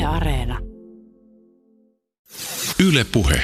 Areena. Yle Puhe.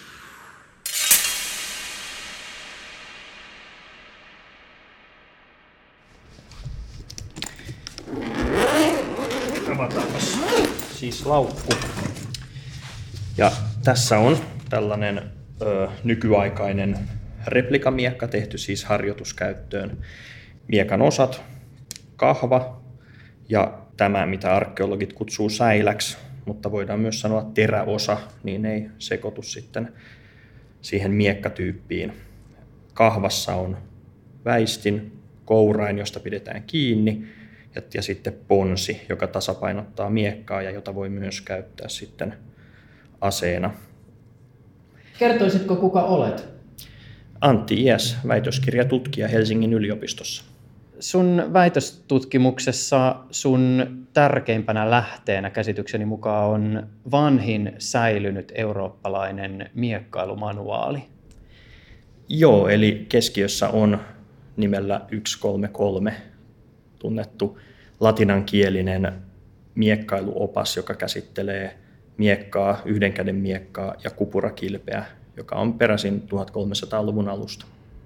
Avataanpas siis laukku. Ja tässä on tällainen nykyaikainen replikamiekka tehty siis harjoituskäyttöön. Miekan osat, kahva ja tämä, mitä arkeologit kutsuu säiläksi, mutta voidaan myös sanoa teräosa, niin ei sekoitu sitten siihen miekkatyyppiin. Kahvassa on väistin, kourain, josta pidetään kiinni, ja sitten ponsi, joka tasapainottaa miekkaa ja jota voi myös käyttää sitten aseena. Kertoisitko, kuka olet? Antti Iäs, väitöskirjatutkija Helsingin yliopistossa. Sun väitöstutkimuksessa sun tärkeimpänä lähteenä käsitykseni mukaan on vanhin säilynyt eurooppalainen miekkailumanuaali. Joo, eli keskiössä on nimellä 133 tunnettu latinankielinen miekkailuopas, joka käsittelee miekkaa, yhden käden miekkaa ja kupurakilpeä, joka on peräisin 1300-luvun alusta.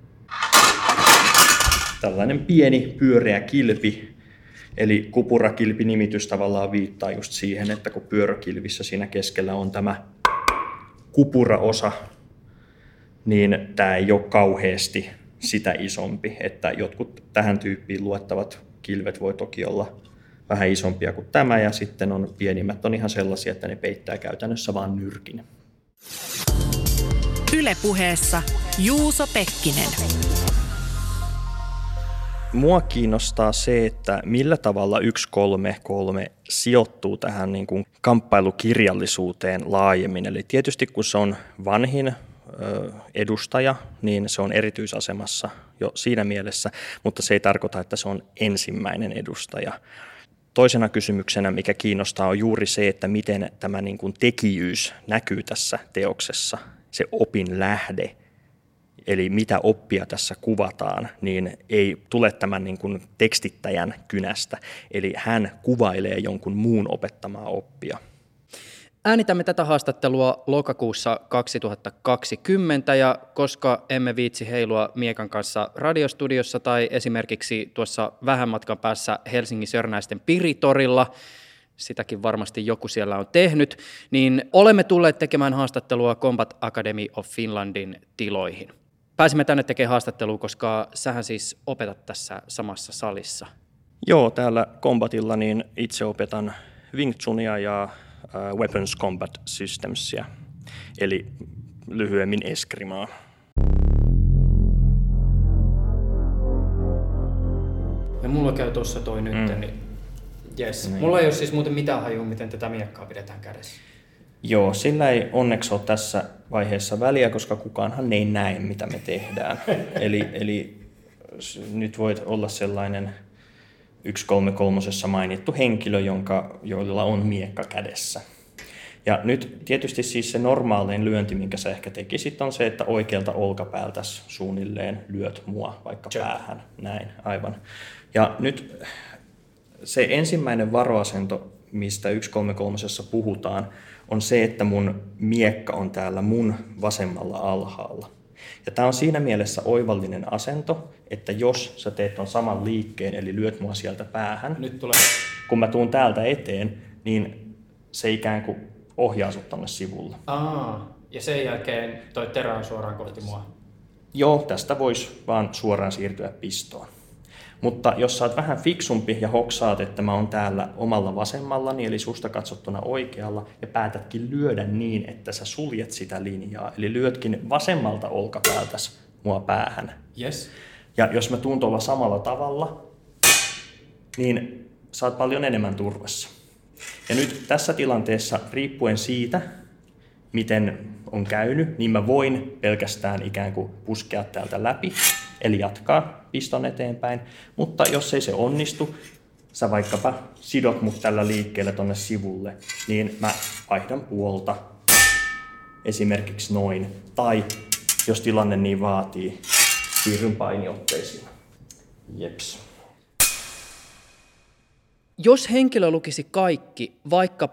Tällainen pieni pyöreä kilpi, eli kupurakilpi-nimitys tavallaan viittaa just siihen, että kun pyöräkilvissä siinä keskellä on tämä kupuraosa, niin tämä ei ole kauheasti sitä isompi, että jotkut tähän tyyppiin luettavat kilvet voi toki olla vähän isompia kuin tämä, ja sitten on pienimmät on ihan sellaisia, että ne peittää käytännössä vaan nyrkin. Yle Puheessa Juuso Pekkinen. Mua kiinnostaa se, että millä tavalla 133 sijoittuu tähän niin kuin kamppailukirjallisuuteen laajemmin. Eli tietysti kun se on vanhin edustaja, niin se on erityisasemassa jo siinä mielessä, mutta se ei tarkoita, että se on ensimmäinen edustaja. Toisena kysymyksenä, mikä kiinnostaa, on juuri se, että miten tämä niin kuin tekijyys näkyy tässä teoksessa, se opin lähde. Eli mitä oppia tässä kuvataan, niin ei tule tämän niin kuin tekstittäjän kynästä. Eli hän kuvailee jonkun muun opettamaa oppia. Äänitämme tätä haastattelua lokakuussa 2020, ja koska emme viitsi heilua miekan kanssa radiostudiossa tai esimerkiksi tuossa vähän matkan päässä Helsingin Sörnäisten Piritorilla, sitäkin varmasti joku siellä on tehnyt, niin olemme tulleet tekemään haastattelua Combat Academy of Finlandin tiloihin. Pääsimme tänne tekemään haastattelua, koska sähän siis opetat tässä samassa salissa. Joo, täällä Combatilla niin itse opetan Wing Chunia ja Weapons Combat Systemsia, eli lyhyemmin Escrimaa. Ja mulla käy tuossa toi nyt, niin jes. Niin. Mulla ei ole siis muuten mitään hajua, miten tätä miekkaa pidetään kädessä. Joo, sillä ei onneksi ole tässä vaiheessa väliä, koska kukaanhan ei näe, mitä me tehdään. eli nyt voit olla sellainen 133 mainittu henkilö, jolla on miekka kädessä. Ja nyt tietysti siis se normaalein lyönti, minkä sä ehkä tekisit, on se, että oikealta olkapäältä suunnilleen lyöt mua vaikka päähän. Näin, aivan. Ja nyt se ensimmäinen varoasento, mistä 133 puhutaan, on se, että mun miekka on täällä mun vasemmalla alhaalla. Ja tämä on siinä mielessä oivallinen asento, että jos sä teet ton saman liikkeen, eli lyöt mua sieltä päähän, nyt tulee. Kun mä tuun täältä eteen, niin se ikään kuin ohjaa sut tonne sivulle. Ja sen jälkeen toi terä on suoraan kohti mua. Joo, tästä voisi vaan suoraan siirtyä pistoon. Mutta jos sä oot vähän fiksumpi ja hoksaat, että mä oon täällä omalla vasemmallani, eli susta katsottuna oikealla, ja päätätkin lyödä niin, että sä suljet sitä linjaa, eli lyötkin vasemmalta olkapäältäs mua päähän. Yes. Ja jos mä tuun tuolla samalla tavalla, niin sä oot paljon enemmän turvassa. Ja nyt tässä tilanteessa, riippuen siitä, miten on käynyt, niin mä voin pelkästään ikään kuin puskea täältä läpi, eli jatkaa piston eteenpäin. Mutta jos ei se onnistu, sä vaikkapa sidot mut tällä liikkeellä tonne sivulle, niin mä vaihdan puolta esimerkiksi noin. Tai jos tilanne niin vaatii, siirryn painiotteisiin. Jeps. Jos henkilö lukisi kaikki, vaikkapa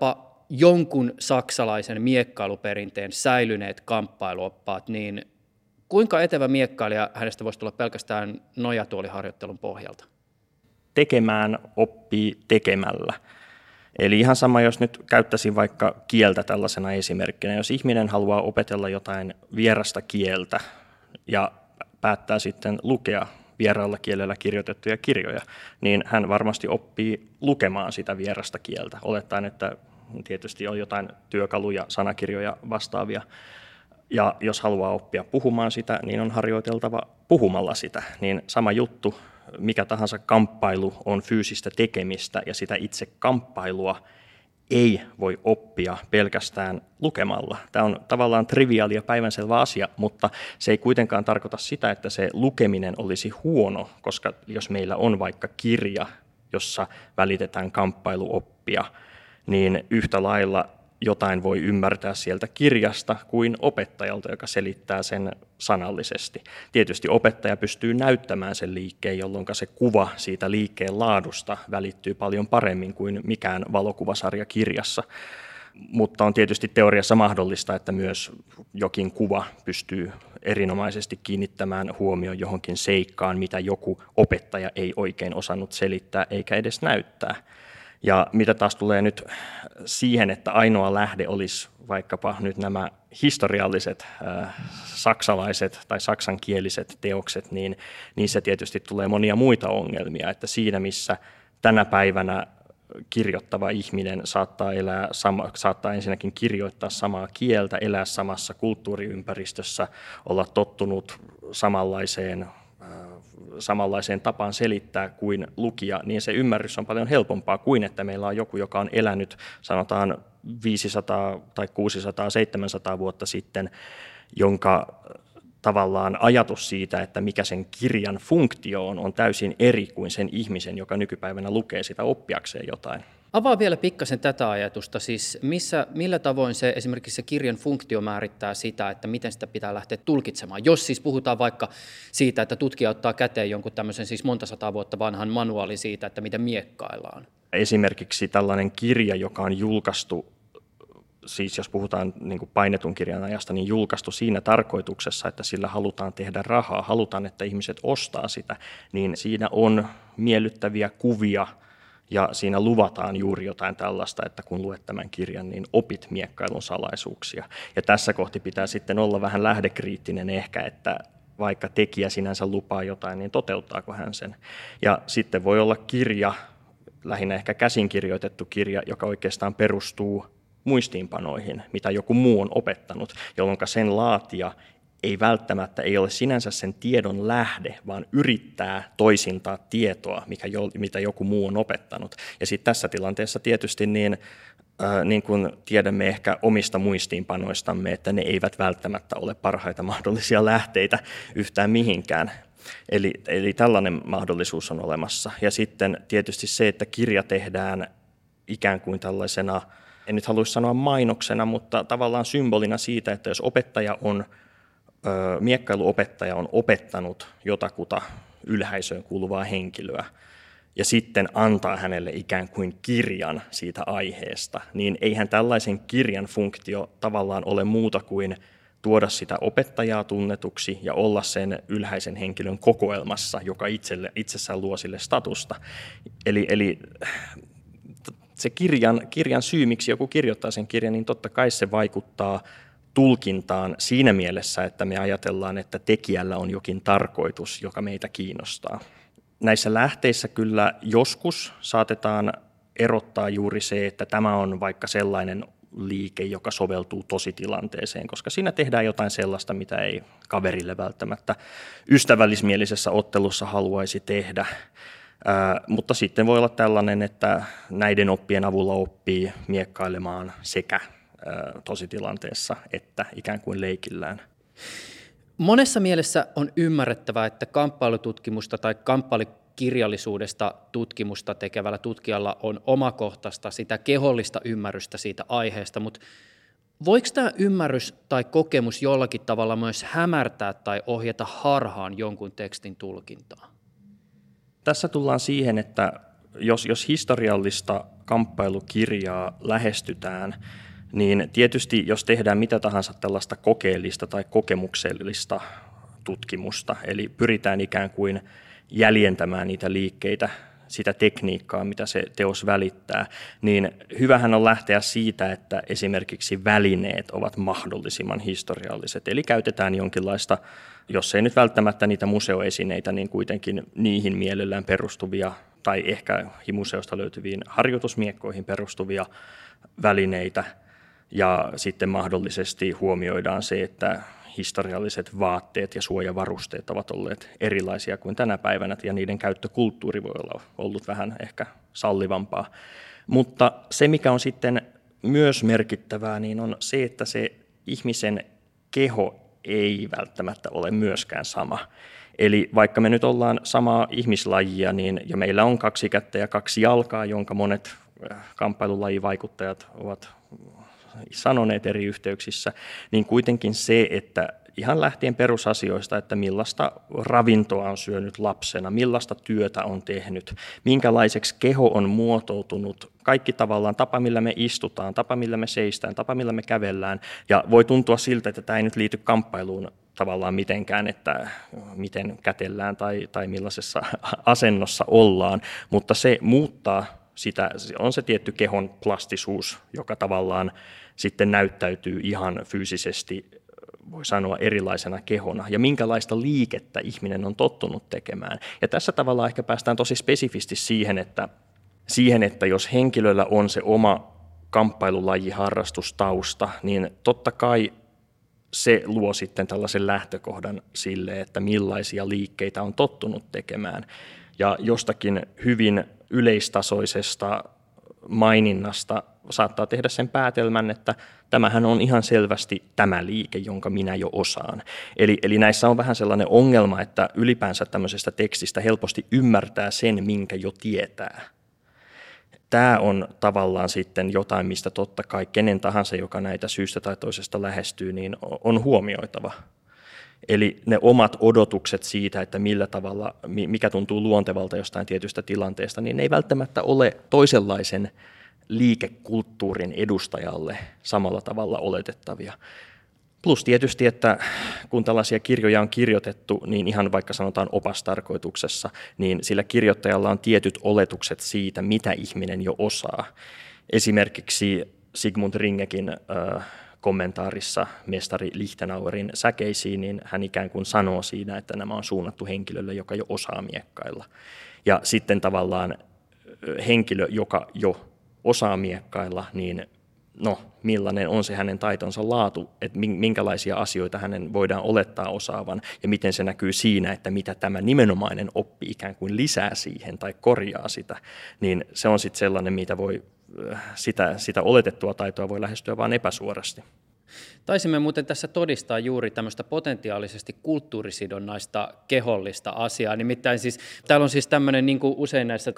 jonkun saksalaisen miekkailuperinteen säilyneet kamppailuoppaat, niin kuinka etevä miekkailija hänestä voisi tulla pelkästään nojatuoliharjoittelun pohjalta? Tekemään oppii tekemällä. Eli ihan sama, jos nyt käyttäisin vaikka kieltä tällaisena esimerkkinä. Jos ihminen haluaa opetella jotain vierasta kieltä ja päättää sitten lukea vieraalla kielellä kirjoitettuja kirjoja, niin hän varmasti oppii lukemaan sitä vierasta kieltä. Olettaen, että tietysti on jotain työkaluja, sanakirjoja vastaavia. Ja jos haluaa oppia puhumaan sitä, niin on harjoiteltava puhumalla sitä. Niin sama juttu, mikä tahansa kamppailu on fyysistä tekemistä ja sitä itse kamppailua ei voi oppia pelkästään lukemalla. Tämä on tavallaan triviaali ja päivänselvä asia, mutta se ei kuitenkaan tarkoita sitä, että se lukeminen olisi huono, koska jos meillä on vaikka kirja, jossa välitetään kamppailuoppia, niin yhtä lailla jotain voi ymmärtää sieltä kirjasta kuin opettajalta, joka selittää sen sanallisesti. Tietysti opettaja pystyy näyttämään sen liikkeen, jolloin se kuva siitä liikkeen laadusta välittyy paljon paremmin kuin mikään valokuvasarja kirjassa. Mutta on tietysti teoriassa mahdollista, että myös jokin kuva pystyy erinomaisesti kiinnittämään huomioon johonkin seikkaan, mitä joku opettaja ei oikein osannut selittää eikä edes näyttää. Ja mitä taas tulee nyt siihen, että ainoa lähde olisi vaikkapa nyt nämä historialliset saksalaiset tai saksankieliset teokset, niin niissä tietysti tulee monia muita ongelmia, että siinä missä tänä päivänä kirjoittava ihminen saattaa ensinnäkin kirjoittaa samaa kieltä, elää samassa kulttuuriympäristössä, olla tottunut samanlaiseen tapaan selittää kuin lukija, niin se ymmärrys on paljon helpompaa kuin, että meillä on joku, joka on elänyt sanotaan 500 tai 600, 700 vuotta sitten, jonka tavallaan ajatus siitä, että mikä sen kirjan funktio on täysin eri kuin sen ihmisen, joka nykypäivänä lukee sitä oppiakseen jotain. Avaa vielä pikkasen tätä ajatusta, siis millä tavoin se esimerkiksi se kirjan funktio määrittää sitä, että miten sitä pitää lähteä tulkitsemaan. Jos siis puhutaan vaikka siitä, että tutkija ottaa käteen jonkun tämmöisen siis monta sataa vuotta vanhan manuaalin siitä, että miten miekkaillaan. Esimerkiksi tällainen kirja, joka on julkaistu, siis jos puhutaan niin kuin painetun kirjan ajasta, niin julkaistu siinä tarkoituksessa, että sillä halutaan tehdä rahaa, halutaan, että ihmiset ostaa sitä, niin siinä on miellyttäviä kuvia, ja siinä luvataan juuri jotain tällaista, että kun luet tämän kirjan, niin opit miekkailun salaisuuksia. Ja tässä kohti pitää sitten olla vähän lähdekriittinen ehkä, että vaikka tekijä sinänsä lupaa jotain, niin toteuttaako hän sen. Ja sitten voi olla kirja, lähinnä ehkä käsinkirjoitettu kirja, joka oikeastaan perustuu muistiinpanoihin, mitä joku muu on opettanut, jolloin sen laatija ei välttämättä ole sinänsä sen tiedon lähde, vaan yrittää toisintaa tietoa, mitä joku muu on opettanut. Ja sitten tässä tilanteessa tietysti niin kuin tiedämme ehkä omista muistiinpanoistamme, että ne eivät välttämättä ole parhaita mahdollisia lähteitä yhtään mihinkään. Eli tällainen mahdollisuus on olemassa. Ja sitten tietysti se, että kirja tehdään ikään kuin tällaisena, en nyt haluaisi sanoa mainoksena, mutta tavallaan symbolina siitä, että jos miekkailuopettaja on opettanut jotakuta ylhäisöön kuuluvaa henkilöä ja sitten antaa hänelle ikään kuin kirjan siitä aiheesta, niin eihän tällaisen kirjan funktio tavallaan ole muuta kuin tuoda sitä opettajaa tunnetuksi ja olla sen ylhäisen henkilön kokoelmassa, joka itsessään luo sille statusta. Eli se kirjan syy, miksi joku kirjoittaa sen kirjan, niin totta kai se vaikuttaa tulkintaan siinä mielessä, että me ajatellaan, että tekijällä on jokin tarkoitus, joka meitä kiinnostaa. Näissä lähteissä kyllä joskus saatetaan erottaa juuri se, että tämä on vaikka sellainen liike, joka soveltuu tositilanteeseen, koska siinä tehdään jotain sellaista, mitä ei kaverille välttämättä ystävällismielisessä ottelussa haluaisi tehdä. Mutta sitten voi olla tällainen, että näiden oppien avulla oppii miekkailemaan sekä tositilanteessa että ikään kuin leikillään. Monessa mielessä on ymmärrettävää, että kamppailututkimusta tai kamppailukirjallisuudesta tutkimusta tekevällä tutkijalla on omakohtaista sitä kehollista ymmärrystä siitä aiheesta, mutta voiko tämä ymmärrys tai kokemus jollakin tavalla myös hämärtää tai ohjata harhaan jonkun tekstin tulkintaa? Tässä tullaan siihen, että jos historiallista kamppailukirjaa lähestytään, niin tietysti jos tehdään mitä tahansa tällaista kokeellista tai kokemuksellista tutkimusta, eli pyritään ikään kuin jäljentämään niitä liikkeitä, sitä tekniikkaa, mitä se teos välittää, niin hyvähän on lähteä siitä, että esimerkiksi välineet ovat mahdollisimman historialliset. Eli käytetään jonkinlaista, jos ei nyt välttämättä niitä museoesineitä, niin kuitenkin niihin mielellään perustuvia tai ehkä museosta löytyviin harjoitusmiekkoihin perustuvia välineitä. Ja sitten mahdollisesti huomioidaan se, että historialliset vaatteet ja suojavarusteet ovat olleet erilaisia kuin tänä päivänä, ja niiden käyttökulttuuri voi olla ollut vähän ehkä sallivampaa. Mutta se, mikä on sitten myös merkittävää, niin on se, että se ihmisen keho ei välttämättä ole myöskään sama. Eli vaikka me nyt ollaan samaa ihmislajia, niin ja meillä on 2 kättä ja 2 jalkaa, jonka monet kamppailulajivaikuttajat ovat sanoneet eri yhteyksissä, niin kuitenkin se, että ihan lähtien perusasioista, että millaista ravintoa on syönyt lapsena, millaista työtä on tehnyt, minkälaiseksi keho on muotoutunut, kaikki tavallaan tapa, millä me istutaan, tapa, millä me seistään, tapa, millä me kävellään, ja voi tuntua siltä, että tämä ei nyt liity kamppailuun tavallaan mitenkään, että miten kätellään tai millaisessa asennossa ollaan, mutta se muuttaa sitä, on se tietty kehon plastisuus, joka tavallaan sitten näyttäytyy ihan fyysisesti, voi sanoa, erilaisena kehona, ja minkälaista liikettä ihminen on tottunut tekemään. Ja tässä tavallaan ehkä päästään tosi spesifisti siihen, että jos henkilöllä on se oma kamppailulajiharrastustausta, niin totta kai se luo sitten tällaisen lähtökohdan sille, että millaisia liikkeitä on tottunut tekemään. Ja jostakin hyvin yleistasoisesta maininnasta saattaa tehdä sen päätelmän, että tämähän on ihan selvästi tämä liike, jonka minä jo osaan. Eli näissä on vähän sellainen ongelma, että ylipäänsä tämmöisestä tekstistä helposti ymmärtää sen, minkä jo tietää. Tämä on tavallaan sitten jotain, mistä totta kai kenen tahansa, joka näitä syystä tai toisesta lähestyy, niin on huomioitava. Eli ne omat odotukset siitä, että millä tavalla, mikä tuntuu luontevalta jostain tietystä tilanteesta, niin ne ei välttämättä ole toisenlaisen liikekulttuurin edustajalle samalla tavalla oletettavia. Plus tietysti, että kun tällaisia kirjoja on kirjoitettu, niin ihan vaikka sanotaan opastarkoituksessa, niin sillä kirjoittajalla on tietyt oletukset siitä, mitä ihminen jo osaa. Esimerkiksi Sigmund Ringekin kommentaarissa mestari Lichtenauerin säkeisiin, niin hän ikään kuin sanoo siinä, että nämä on suunnattu henkilölle, joka jo osaa miekkailla. Ja sitten tavallaan henkilö, joka jo osaa miekkailla, niin millainen on se hänen taitonsa laatu, että minkälaisia asioita hänen voidaan olettaa osaavan ja miten se näkyy siinä, että mitä tämä nimenomainen oppi ikään kuin lisää siihen tai korjaa sitä, niin se on sitten sellainen, mitä voi sitä oletettua taitoa voi lähestyä vain epäsuorasti. Taisimme muuten tässä todistaa juuri tämmöistä potentiaalisesti kulttuurisidonnaista kehollista asiaa. Nimittäin siis, täällä on siis tämmöinen, niin kuin usein näissä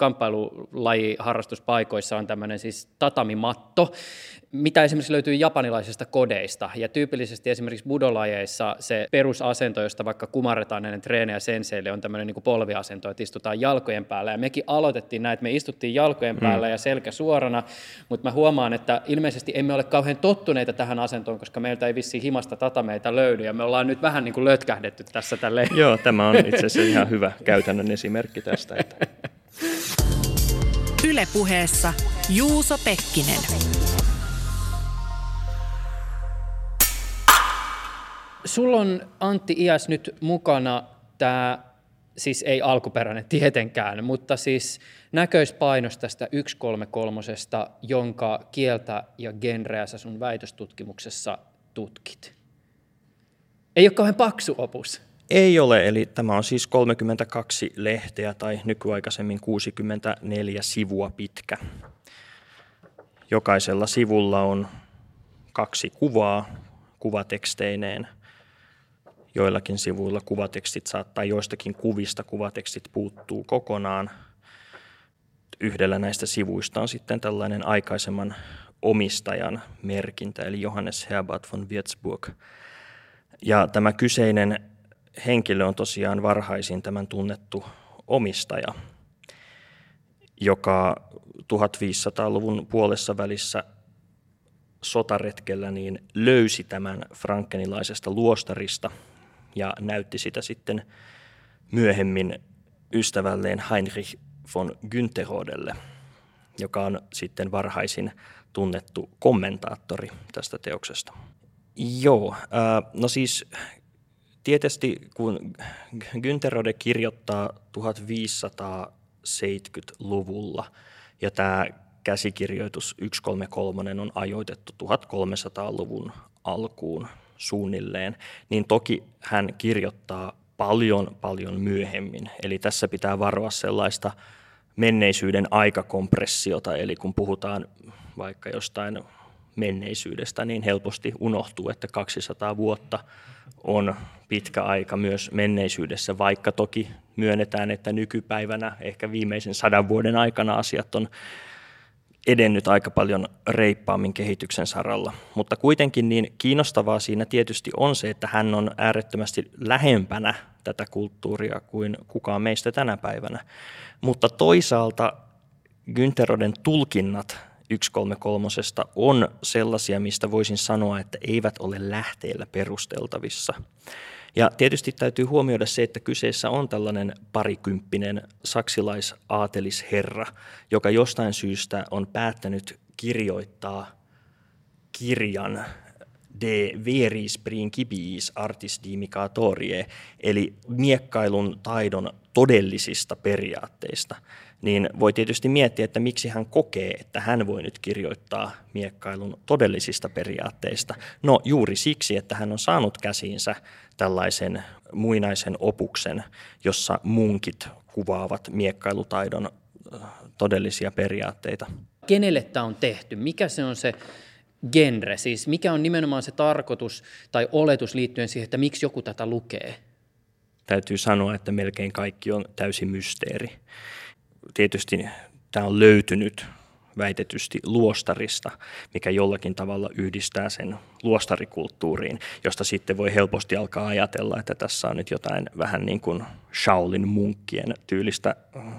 kamppailulajiharrastuspaikoissa on tämmöinen siis tatamimatto, mitä esimerkiksi löytyy japanilaisista kodeista. Ja tyypillisesti esimerkiksi budolajeissa se perusasento, josta vaikka kumarretaan näiden treenejä senseille, on tämmöinen niin kuin polviasento, että istutaan jalkojen päällä. Ja mekin aloitettiin näin, että me istuttiin jalkojen päällä ja selkä suorana, mutta mä huomaan, että ilmeisesti emme ole kauhean tottuneita tähän asentoon, koska meiltä ei vissiin himasta tatameita löydy, ja me ollaan nyt vähän niin kuin lötkähdetty tässä tälleen. Joo, tämä on itse asiassa ihan hyvä käytännön esimerkki tästä. Yle Puheessa Juuso Pekkinen. Sulla on, Antti Iäs, nyt mukana tämä, siis ei alkuperäinen tietenkään, mutta siis näköispainos tästä 133, jonka kieltä ja genreä sä sun väitöstutkimuksessa tutkit. Ei ole kauhean paksu opus. Ei ole, eli tämä on siis 32 lehteä tai nykyaikaisemmin 64 sivua pitkä. Jokaisella sivulla on 2 kuvaa kuvateksteineen. Joillakin sivuilla kuvatekstit saattaa, joistakin kuvista kuvatekstit puuttuu kokonaan. Yhdellä näistä sivuista on sitten tällainen aikaisemman omistajan merkintä, eli Johannes Herbert von Würzburg. Ja tämä kyseinen henkilö on tosiaan varhaisin tämän tunnettu omistaja. joka 1500-luvun puolessa välissä sotaretkellä niin löysi tämän frankenilaisesta luostarista ja näytti sitä sitten myöhemmin ystävälleen Heinrich von Günterodelle, joka on sitten varhaisin tunnettu kommentaattori tästä teoksesta. Joo, no siis tietysti kun Günterode kirjoittaa 1570-luvulla ja tämä käsikirjoitus 133 on ajoitettu 1300-luvun alkuun suunnilleen, niin toki hän kirjoittaa paljon myöhemmin. Eli tässä pitää varoa sellaista menneisyyden aikakompressiota, eli kun puhutaan vaikka jostain menneisyydestä, niin helposti unohtuu, että 200 vuotta on pitkä aika myös menneisyydessä, vaikka toki myönnetään, että nykypäivänä ehkä viimeisen 100 vuoden aikana asiat on edennyt aika paljon reippaammin kehityksen saralla. Mutta kuitenkin niin kiinnostavaa siinä tietysti on se, että hän on äärettömästi lähempänä tätä kulttuuria kuin kukaan meistä tänä päivänä. Mutta toisaalta Günteroden tulkinnat 133 on sellaisia, mistä voisin sanoa, että eivät ole lähteellä perusteltavissa. Ja tietysti täytyy huomioida se, että kyseessä on tällainen parikymppinen saksilaisaatelisherra, joka jostain syystä on päättänyt kirjoittaa kirjan De veris principiis artis dimicatorie, eli miekkailun taidon todellisista periaatteista. Niin voi tietysti miettiä, että miksi hän kokee, että hän voi nyt kirjoittaa miekkailun todellisista periaatteista. No juuri siksi, että hän on saanut käsiinsä tällaisen muinaisen opuksen, jossa munkit kuvaavat miekkailutaidon todellisia periaatteita. Kenelle tämä on tehty? Mikä se on se genre? Siis mikä on nimenomaan se tarkoitus tai oletus liittyen siihen, että miksi joku tätä lukee? Täytyy sanoa, että melkein kaikki on täysin mysteeri. Tietysti tämä on löytynyt väitetysti luostarista, mikä jollakin tavalla yhdistää sen luostarikulttuuriin, josta sitten voi helposti alkaa ajatella, että tässä on nyt jotain vähän niin kuin Shaolin munkkien tyylistä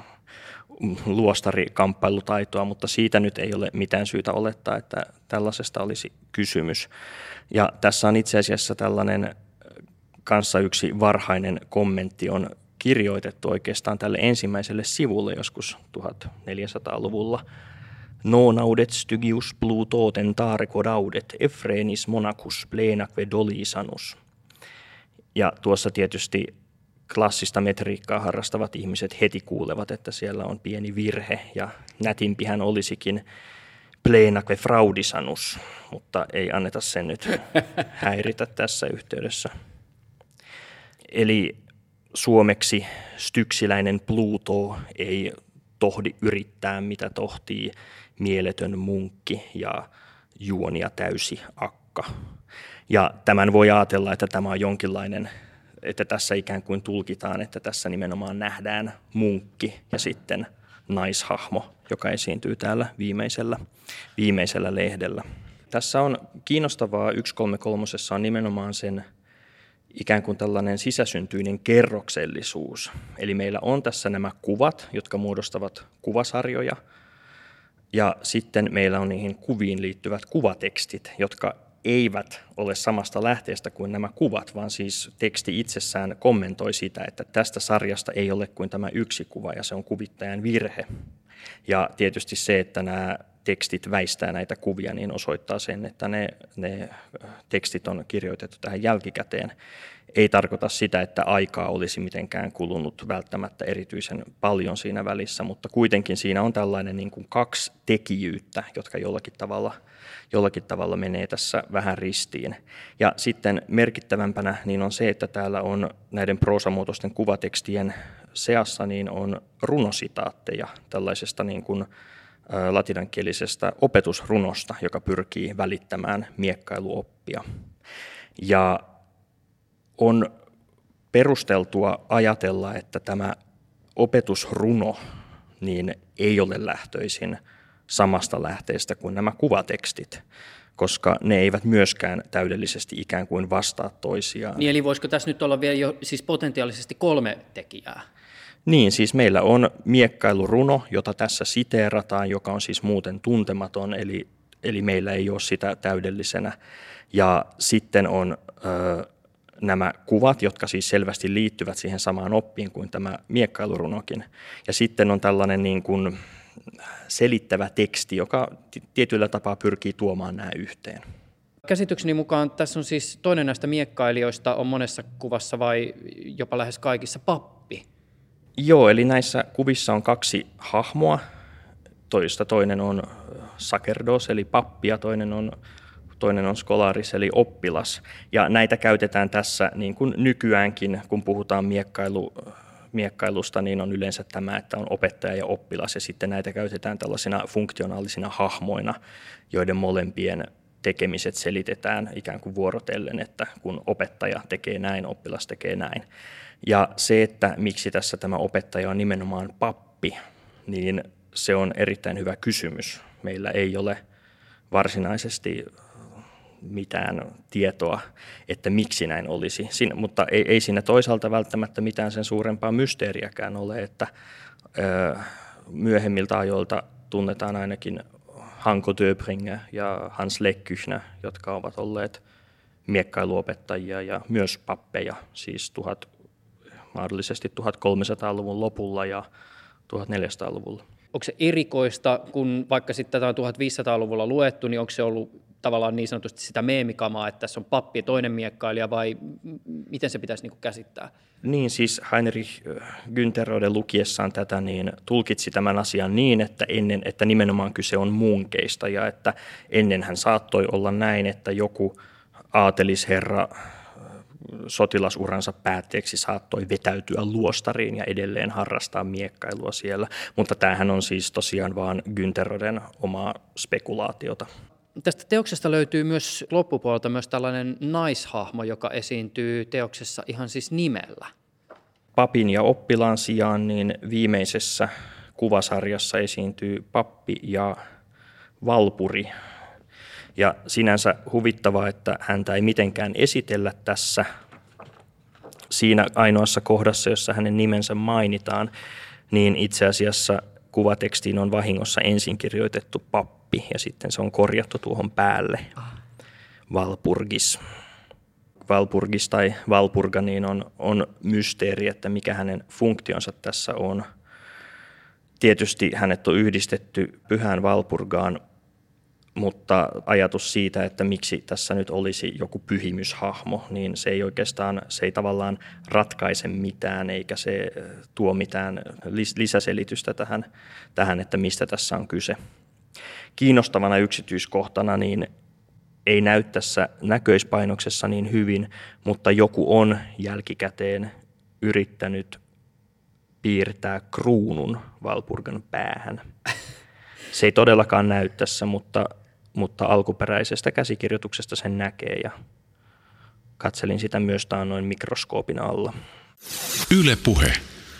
luostarikamppailu-taitoa, mutta siitä nyt ei ole mitään syytä olettaa, että tällaisesta olisi kysymys. Ja tässä on itse asiassa tällainen kanssa yksi varhainen kommentti on kirjoitettu oikeastaan tälle ensimmäiselle sivulle joskus 1400-luvulla. Nonaudet stygius plutoten taarekodaudet efrenis monacus plenaque dolisanus. Ja tuossa tietysti klassista metriikkaa harrastavat ihmiset heti kuulevat, että siellä on pieni virhe ja nätimpihän olisikin plenaque fraudisanus, mutta ei anneta sen nyt häiritä tässä yhteydessä. Eli suomeksi styksiläinen Pluto ei tohdi yrittää, mitä tohtii mieletön munkki ja juonia täysi akka. Ja tämän voi ajatella, että tämä on jonkinlainen, että tässä ikään kuin tulkitaan, että tässä nimenomaan nähdään munkki ja sitten naishahmo, joka esiintyy täällä viimeisellä lehdellä. Tässä on kiinnostavaa 133 on nimenomaan sen ikään kuin tällainen sisäsyntyinen kerroksellisuus. Eli meillä on tässä nämä kuvat, jotka muodostavat kuvasarjoja, ja sitten meillä on niihin kuviin liittyvät kuvatekstit, jotka eivät ole samasta lähteestä kuin nämä kuvat, vaan siis teksti itsessään kommentoi sitä, että tästä sarjasta ei ole kuin tämä yksi kuva, ja se on kuvittajan virhe. Ja tietysti se, että nämä tekstit väistää näitä kuvia, niin osoittaa sen, että ne tekstit on kirjoitettu tähän jälkikäteen. Ei tarkoita sitä, että aikaa olisi mitenkään kulunut välttämättä erityisen paljon siinä välissä, mutta kuitenkin siinä on tällainen niin kuin kaksi tekijyyttä, jotka jollakin tavalla menee tässä vähän ristiin. Ja sitten merkittävämpänä niin on se, että täällä on näiden proosamuotoisten kuvatekstien seassa niin on runositaatteja tällaisesta niin kuin latinankielisestä opetusrunosta, joka pyrkii välittämään miekkailuoppia. Ja on perusteltua ajatella, että tämä opetusruno niin ei ole lähtöisin samasta lähteestä kuin nämä kuvatekstit, koska ne eivät myöskään täydellisesti ikään kuin vastaa toisiaan. Niin eli voisiko tässä nyt olla vielä jo siis potentiaalisesti 3 tekijää? Niin, siis meillä on miekkailuruno, jota tässä siteerataan, joka on siis muuten tuntematon, eli meillä ei ole sitä täydellisenä. Ja sitten on nämä kuvat, jotka siis selvästi liittyvät siihen samaan oppiin kuin tämä miekkailurunokin. Ja sitten on tällainen niin kuin selittävä teksti, joka tietyllä tapaa pyrkii tuomaan nämä yhteen. Käsitykseni mukaan tässä on siis toinen näistä miekkailijoista on monessa kuvassa vai jopa lähes kaikissa pappi. Joo, eli näissä kuvissa on kaksi hahmoa. Toinen on sacerdos eli pappi ja toinen on scholaris eli oppilas. Ja näitä käytetään tässä niin kuin nykyäänkin, kun puhutaan miekkailusta, niin on yleensä tämä, että on opettaja ja oppilas. Ja sitten näitä käytetään tällaisina funktionaalisina hahmoina, joiden molempien tekemiset selitetään ikään kuin vuorotellen, että kun opettaja tekee näin, oppilas tekee näin. Ja se, että miksi tässä tämä opettaja on nimenomaan pappi, niin se on erittäin hyvä kysymys. Meillä ei ole varsinaisesti mitään tietoa, että miksi näin olisi, mutta ei siinä toisaalta välttämättä mitään sen suurempaa mysteeriäkään ole, että myöhemmiltä ajoilta tunnetaan ainakin Hanko Döbringe ja Hans Leckychnä, jotka ovat olleet miekkailuopettajia ja myös pappeja, siis mahdollisesti 1300-luvun lopulla ja 1400-luvulla. Onko se erikoista, kun vaikka sitten tätä on 1500-luvulla luettu, niin onko se ollut tavallaan niin sanotusti sitä meemikamaa, että tässä on pappi ja toinen miekkailija, vai miten se pitäisi niin kuin käsittää? Niin, siis Heinrich Güntherode lukiessaan tätä niin tulkitsi tämän asian niin, että nimenomaan kyse on munkeista ja että ennenhän saattoi olla näin, että joku aatelisherra sotilasuransa päätteeksi saattoi vetäytyä luostariin ja edelleen harrastaa miekkailua siellä, mutta tämähän on siis tosiaan vaan Güntheröden omaa spekulaatiota. Tästä teoksesta löytyy myös loppupuolelta myös tällainen naishahmo, joka esiintyy teoksessa ihan siis nimellä. Papin ja oppilaan sijaan niin viimeisessä kuvasarjassa esiintyy pappi ja valpuri. Ja sinänsä huvittavaa, että häntä ei mitenkään esitellä tässä siinä ainoassa kohdassa, jossa hänen nimensä mainitaan, niin itse asiassa kuvatekstiin on vahingossa ensin kirjoitettu pappi ja sitten se on korjattu tuohon päälle. Valpurgis. Valpurgis tai Valpurga niin on mysteeri, että mikä hänen funktionsa tässä on. Tietysti hänet on yhdistetty pyhään Valpurgaan, mutta ajatus siitä, että miksi tässä nyt olisi joku pyhimyshahmo, niin se ei tavallaan ratkaise mitään, eikä se tuo mitään lisäselitystä tähän, että mistä tässä on kyse. Kiinnostavana yksityiskohtana niin ei näy tässä näköispainoksessa niin hyvin, mutta joku on jälkikäteen yrittänyt piirtää kruunun Valpurgan päähän. Se ei todellakaan näy tässä, mutta alkuperäisestä käsikirjoituksesta sen näkee ja katselin sitä myös taannoin mikroskoopin alla. Yle Puhe.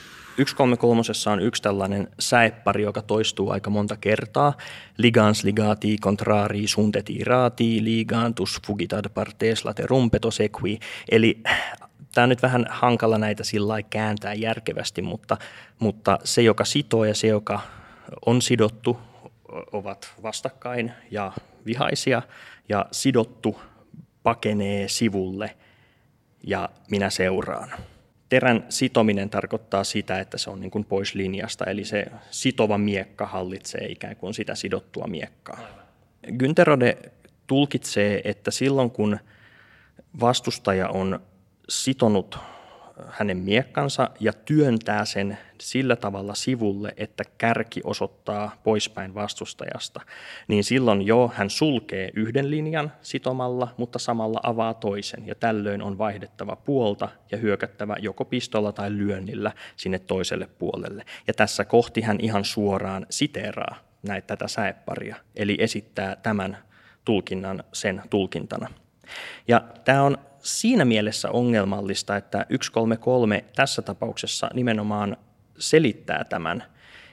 133 on yksi tällainen säeppari, joka toistuu aika monta kertaa. Ligans ligati contrari sunt et irati, ligantus fugitad partes laterum peto sequi. Eli tämä on nyt vähän hankala näitä sillä lailla kääntää järkevästi, mutta se, joka sitoo ja se, joka on sidottu, ovat vastakkain ja vihaisia, ja sidottu pakenee sivulle ja minä seuraan. Terän sitominen tarkoittaa sitä, että se on niin kuin pois linjasta, eli se sitova miekka hallitsee ikään kuin sitä sidottua miekkaa. Güntherode tulkitsee, että silloin kun vastustaja on sitonut hänen miekkansa ja työntää sen sillä tavalla sivulle, että kärki osoittaa poispäin vastustajasta, niin silloin jo hän sulkee yhden linjan sitomalla, mutta samalla avaa toisen, ja tällöin on vaihdettava puolta ja hyökättävä joko pistolla tai lyönnillä sinne toiselle puolelle. Ja tässä kohti hän ihan suoraan siteeraa tätä säepparia, eli esittää tämän tulkinnan sen tulkintana. Ja tämä on siinä mielessä ongelmallista, että 133 tässä tapauksessa nimenomaan selittää tämän.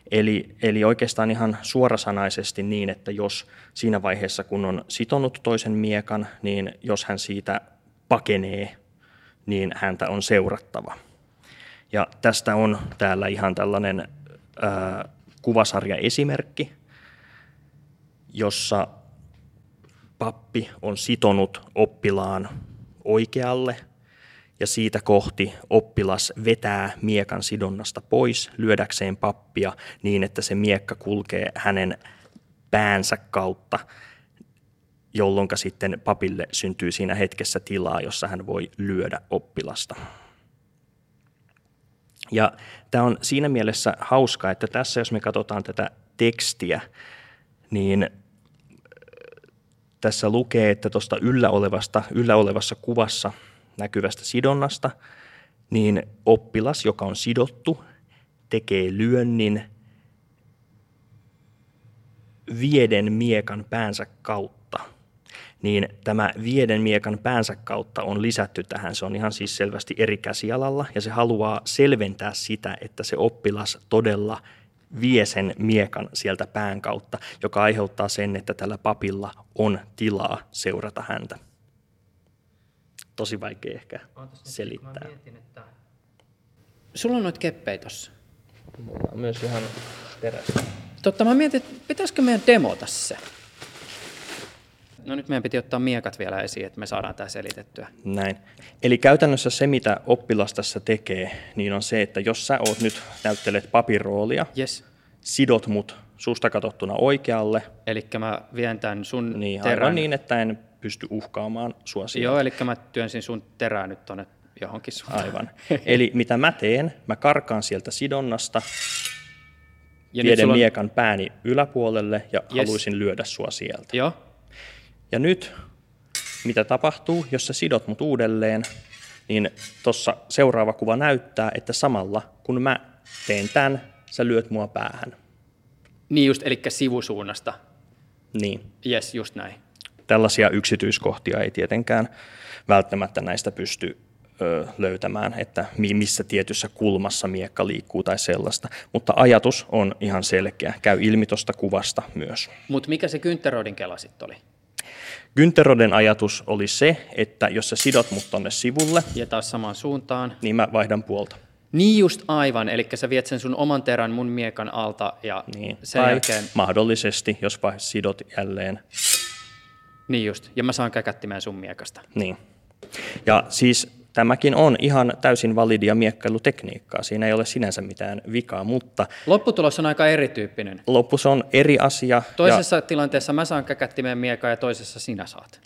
Eli oikeastaan ihan suorasanaisesti niin, että jos siinä vaiheessa, kun on sitonut toisen miekan, niin jos hän siitä pakenee, niin häntä on seurattava. Ja tästä on täällä ihan tällainen kuvasarjaesimerkki, jossa pappi on sitonut oppilaan oikealle ja siitä kohti oppilas vetää miekan sidonnasta pois lyödäkseen pappia niin, että se miekka kulkee hänen päänsä kautta, jolloin sitten papille syntyy siinä hetkessä tilaa, jossa hän voi lyödä oppilasta. Ja tämä on siinä mielessä hauska, että tässä jos me katsotaan tätä tekstiä, niin tässä lukee, että tuosta yllä olevassa kuvassa näkyvästä sidonnasta, niin oppilas, joka on sidottu, tekee lyönnin vieden miekan päänsä kautta. Niin tämä vieden miekan päänsä kautta on lisätty tähän. Se on ihan siis selvästi eri käsialalla ja se haluaa selventää sitä, että se oppilas todella vie sen miekan sieltä pään kautta, joka aiheuttaa sen, että tällä papilla on tilaa seurata häntä. Tosi vaikea ehkä selittää. Sulla on noita keppejä tossa. Mulla on myös ihan terästä. Mä mietin, että pitäisikö meidän demota se? No nyt meidän piti ottaa miekat vielä esiin, että me saadaan tämä selitettyä. Näin. Eli käytännössä se, mitä oppilas tässä tekee, niin on se, että jos sä näyttelet papin roolia, yes. Sidot mut susta katsottuna oikealle. Eli mä vien tämän sun niin, terän. Aivan niin, että en pysty uhkaamaan sua sieltä. Joo, eli mä työnsin sun terää nyt tuonne johonkin suuntaan. Aivan. Eli mitä mä teen, mä karkaan sieltä sidonnasta, ja vieden miekan pääni yläpuolelle ja yes. Haluaisin lyödä sua sieltä. Joo. Ja nyt, mitä tapahtuu, jos sä sidot mut uudelleen, niin tuossa seuraava kuva näyttää, että samalla kun mä teen tämän, sä lyöt mua päähän. Niin just, eli sivusuunnasta. Niin. Jes, just näin. Tällaisia yksityiskohtia ei tietenkään välttämättä näistä pysty löytämään, että missä tietyssä kulmassa miekka liikkuu tai sellaista. Mutta ajatus on ihan selkeä. Käy ilmi tuosta kuvasta myös. Mutta mikä se Günther kela sitten oli? Günther ajatus oli se, että jos sä sidot mut tonne sivulle, ja taas samaan suuntaan, niin mä vaihdan puolta. Niin just aivan, eli sä viet sen sun oman terän mun miekan alta ja niin. sen tai jälkeen... mahdollisesti, jos sidot jälleen. Niin just, ja mä saan käkättimään sun miekasta. Niin. Ja siis tämäkin on ihan täysin validia miekkailutekniikkaa. Siinä ei ole sinänsä mitään vikaa, mutta... Lopputulos on aika erityyppinen. Loppus on eri asia. Toisessa tilanteessa mä saan käkättimeen miekan ja toisessa sinä saat.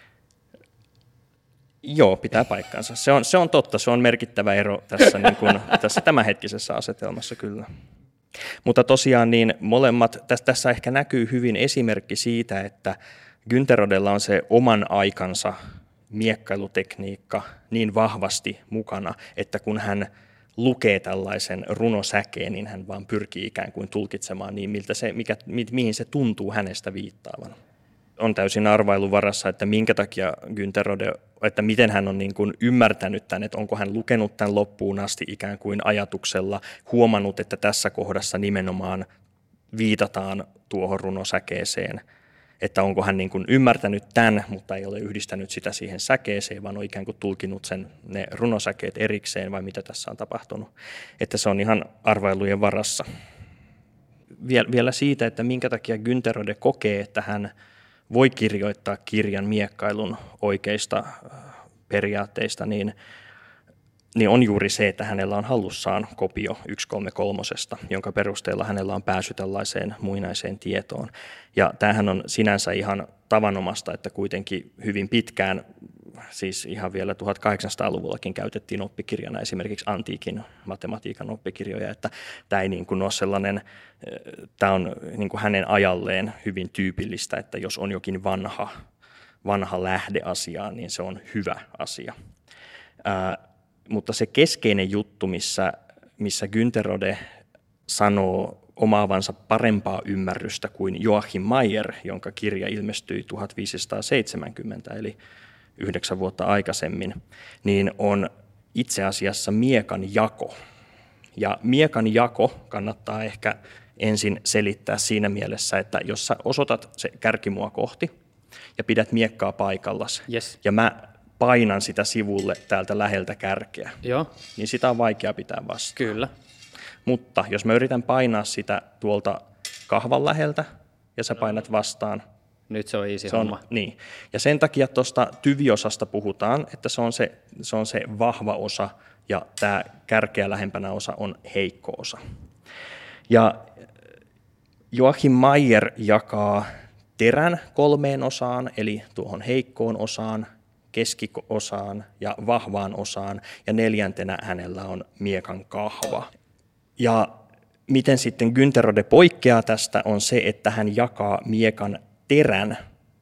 Joo, pitää paikkansa. Se on totta, se on merkittävä ero tässä, niin kuin, tässä tämänhetkisessä asetelmassa kyllä. Mutta tosiaan niin molemmat, tässä ehkä näkyy hyvin esimerkki siitä, että Günther on se oman aikansa miekkailutekniikka niin vahvasti mukana, että kun hän lukee tällaisen runosäkeen, niin hän vaan pyrkii ikään kuin tulkitsemaan niin, mihin se tuntuu hänestä viittaavan. On täysin arvailun varassa, että minkä takia Günther, että miten hän on niin kuin ymmärtänyt tämän, että onko hän lukenut tämän loppuun asti ikään kuin ajatuksella, huomannut, että tässä kohdassa nimenomaan viitataan tuohon runosäkeeseen, että onko hän niin kuin ymmärtänyt tämän, mutta ei ole yhdistänyt sitä siihen säkeeseen, vaan on ikään kuin tulkinut ne runosäkeet erikseen, vai mitä tässä on tapahtunut. Että se on ihan arvailujen varassa. Vielä siitä, että minkä takia Günther kokee, että hän voi kirjoittaa kirjan miekkailun oikeista periaatteista, niin on juuri se, että hänellä on hallussaan kopio 133, jonka perusteella hänellä on pääsy tällaiseen muinaiseen tietoon. Ja tämähän on sinänsä ihan tavanomasta, että kuitenkin hyvin pitkään, siis ihan vielä 1800-luvullakin käytettiin oppikirjana esimerkiksi antiikin matematiikan oppikirjoja, että tämä ei niin kuin ole sellainen, tämä on niin kuin hänen ajalleen hyvin tyypillistä, että jos on jokin vanha lähde asiaan, niin se on hyvä asia. Mutta se keskeinen juttu, missä Günther sanoo omaavansa parempaa ymmärrystä kuin Joachim Meyer, jonka kirja ilmestyi 1570, eli 9 vuotta aikaisemmin, niin on itse asiassa miekan jako. Ja miekan jako kannattaa ehkä ensin selittää siinä mielessä, että jos sä osoitat se kärkimua kohti ja pidät miekkaa paikallas, yes. ja mä painan sitä sivulle täältä läheltä kärkeä, Joo, niin sitä on vaikea pitää vastaan. kyllä. Mutta jos mä yritän painaa sitä tuolta kahvan läheltä ja sä painat vastaan, Nyt se on easy se on, homma. niin. Ja sen takia tuosta tyviosasta puhutaan, että se on se vahva osa ja tämä kärkeä lähempänä osa on heikko osa. Ja Joachim Meyer jakaa terän 3 osaan, eli tuohon heikkoon osaan, keskiosaan ja vahvaan osaan, ja 4. hänellä on miekan kahva. Ja miten sitten Güntherode poikkeaa tästä on se, että hän jakaa miekan terän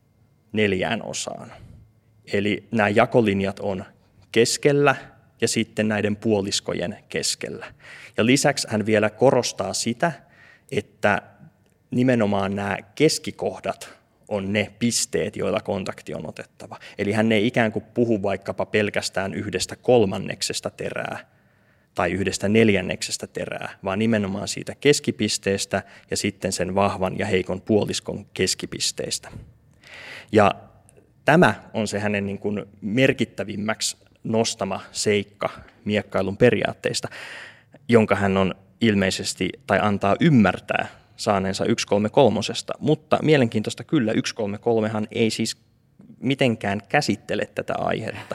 4 osaan. Eli nämä jakolinjat on keskellä ja sitten näiden puoliskojen keskellä. Ja lisäksi hän vielä korostaa sitä, että nimenomaan nämä keskikohdat on ne pisteet, joilla kontakti on otettava. Eli hän ei ikään kuin puhu vaikkapa pelkästään 1/3 terää tai 1/4 terää, vaan nimenomaan siitä keskipisteestä ja sitten sen vahvan ja heikon puoliskon keskipisteistä. Ja tämä on se hänen niin kuin merkittävimmäksi nostama seikka miekkailun periaatteista, jonka hän on ilmeisesti tai antaa ymmärtää saaneensa 133, mutta mielenkiintoista kyllä 133 ei siis mitenkään käsittele tätä aihetta.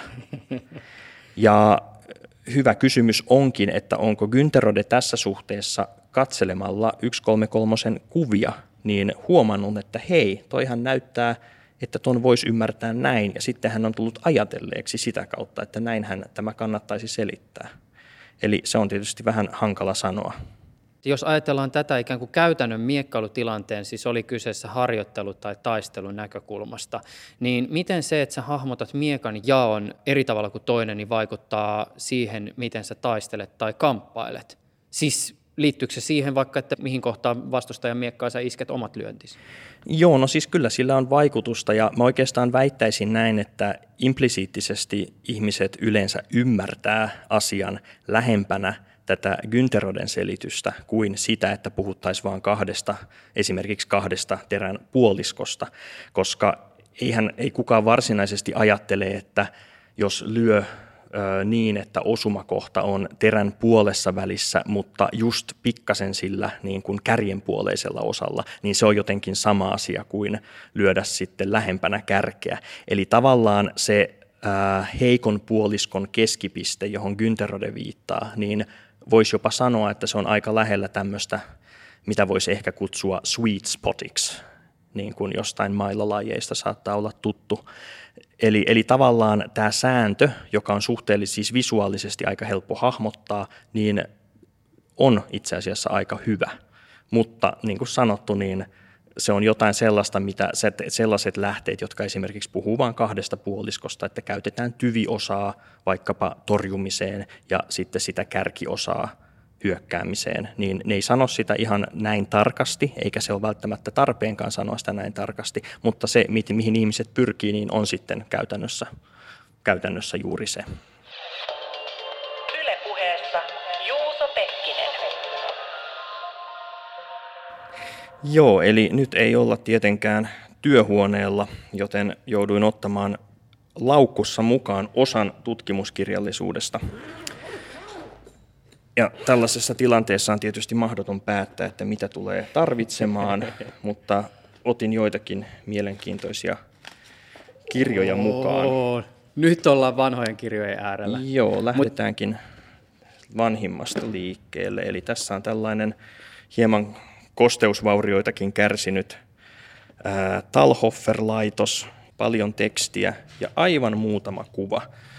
Ja hyvä kysymys onkin, että onko Güntherode tässä suhteessa katselemalla 133 kuvia niin huomannut, että hei, toihan näyttää, että ton voisi ymmärtää näin, ja sitten hän on tullut ajatelleeksi sitä kautta, että näinhän tämä kannattaisi selittää. Eli se on tietysti vähän hankala sanoa. Jos ajatellaan tätä ikään kuin käytännön miekkailutilanteen, siis oli kyseessä harjoittelu- tai taistelun näkökulmasta, niin miten se, että sä hahmotat miekan jaon eri tavalla kuin toinen, niin vaikuttaa siihen, miten sä taistelet tai kamppailet? Siis liittyykö se siihen vaikka, että mihin kohtaan vastustajan miekkaa sä isket omat lyöntisi? Joo, no siis kyllä sillä on vaikutusta, ja mä oikeastaan väittäisin näin, että implisiittisesti ihmiset yleensä ymmärtää asian lähempänä tätä Güntheröden selitystä kuin sitä, että puhuttaisiin vain esimerkiksi kahdesta terän puoliskosta, koska ei kukaan varsinaisesti ajattele, että jos lyö niin, että osumakohta on terän puolessa välissä, mutta just pikkasen sillä niin kuin kärjenpuoleisella osalla, niin se on jotenkin sama asia kuin lyödä sitten lähempänä kärkeä. Eli tavallaan se heikon puoliskon keskipiste, johon Güntherode viittaa, niin voisi jopa sanoa, että se on aika lähellä tämmöistä, mitä voisi ehkä kutsua sweet spotiksi, niin kuin jostain mailalajeista saattaa olla tuttu. Eli tavallaan tämä sääntö, joka on suhteellisesti siis visuaalisesti aika helppo hahmottaa, niin on itse asiassa aika hyvä. Mutta niin kuin sanottu, niin se on jotain sellaista, mitä sellaiset lähteet, jotka esimerkiksi puhuu vain kahdesta puoliskosta, että käytetään tyviosaa vaikkapa torjumiseen ja sitten sitä kärkiosaa hyökkäämiseen, niin ne ei sano sitä ihan näin tarkasti, eikä se ole välttämättä tarpeenkaan sanoa sitä näin tarkasti, mutta se, mihin ihmiset pyrkii, niin on sitten käytännössä juuri se. Yle Puheessa Juuso Pekkinen. Joo, eli nyt ei olla tietenkään työhuoneella, joten jouduin ottamaan laukussa mukaan osan tutkimuskirjallisuudesta. Ja tällaisessa tilanteessa on tietysti mahdoton päättää, että mitä tulee tarvitsemaan, mutta otin joitakin mielenkiintoisia kirjoja mukaan. Nyt ollaan vanhojen kirjojen äärellä. Joo, lähdetäänkin vanhimmasta liikkeelle. Eli tässä on tällainen hieman kosteusvaurioitakin kärsinyt Talhoffer-laitos, paljon tekstiä ja aivan muutama kuva.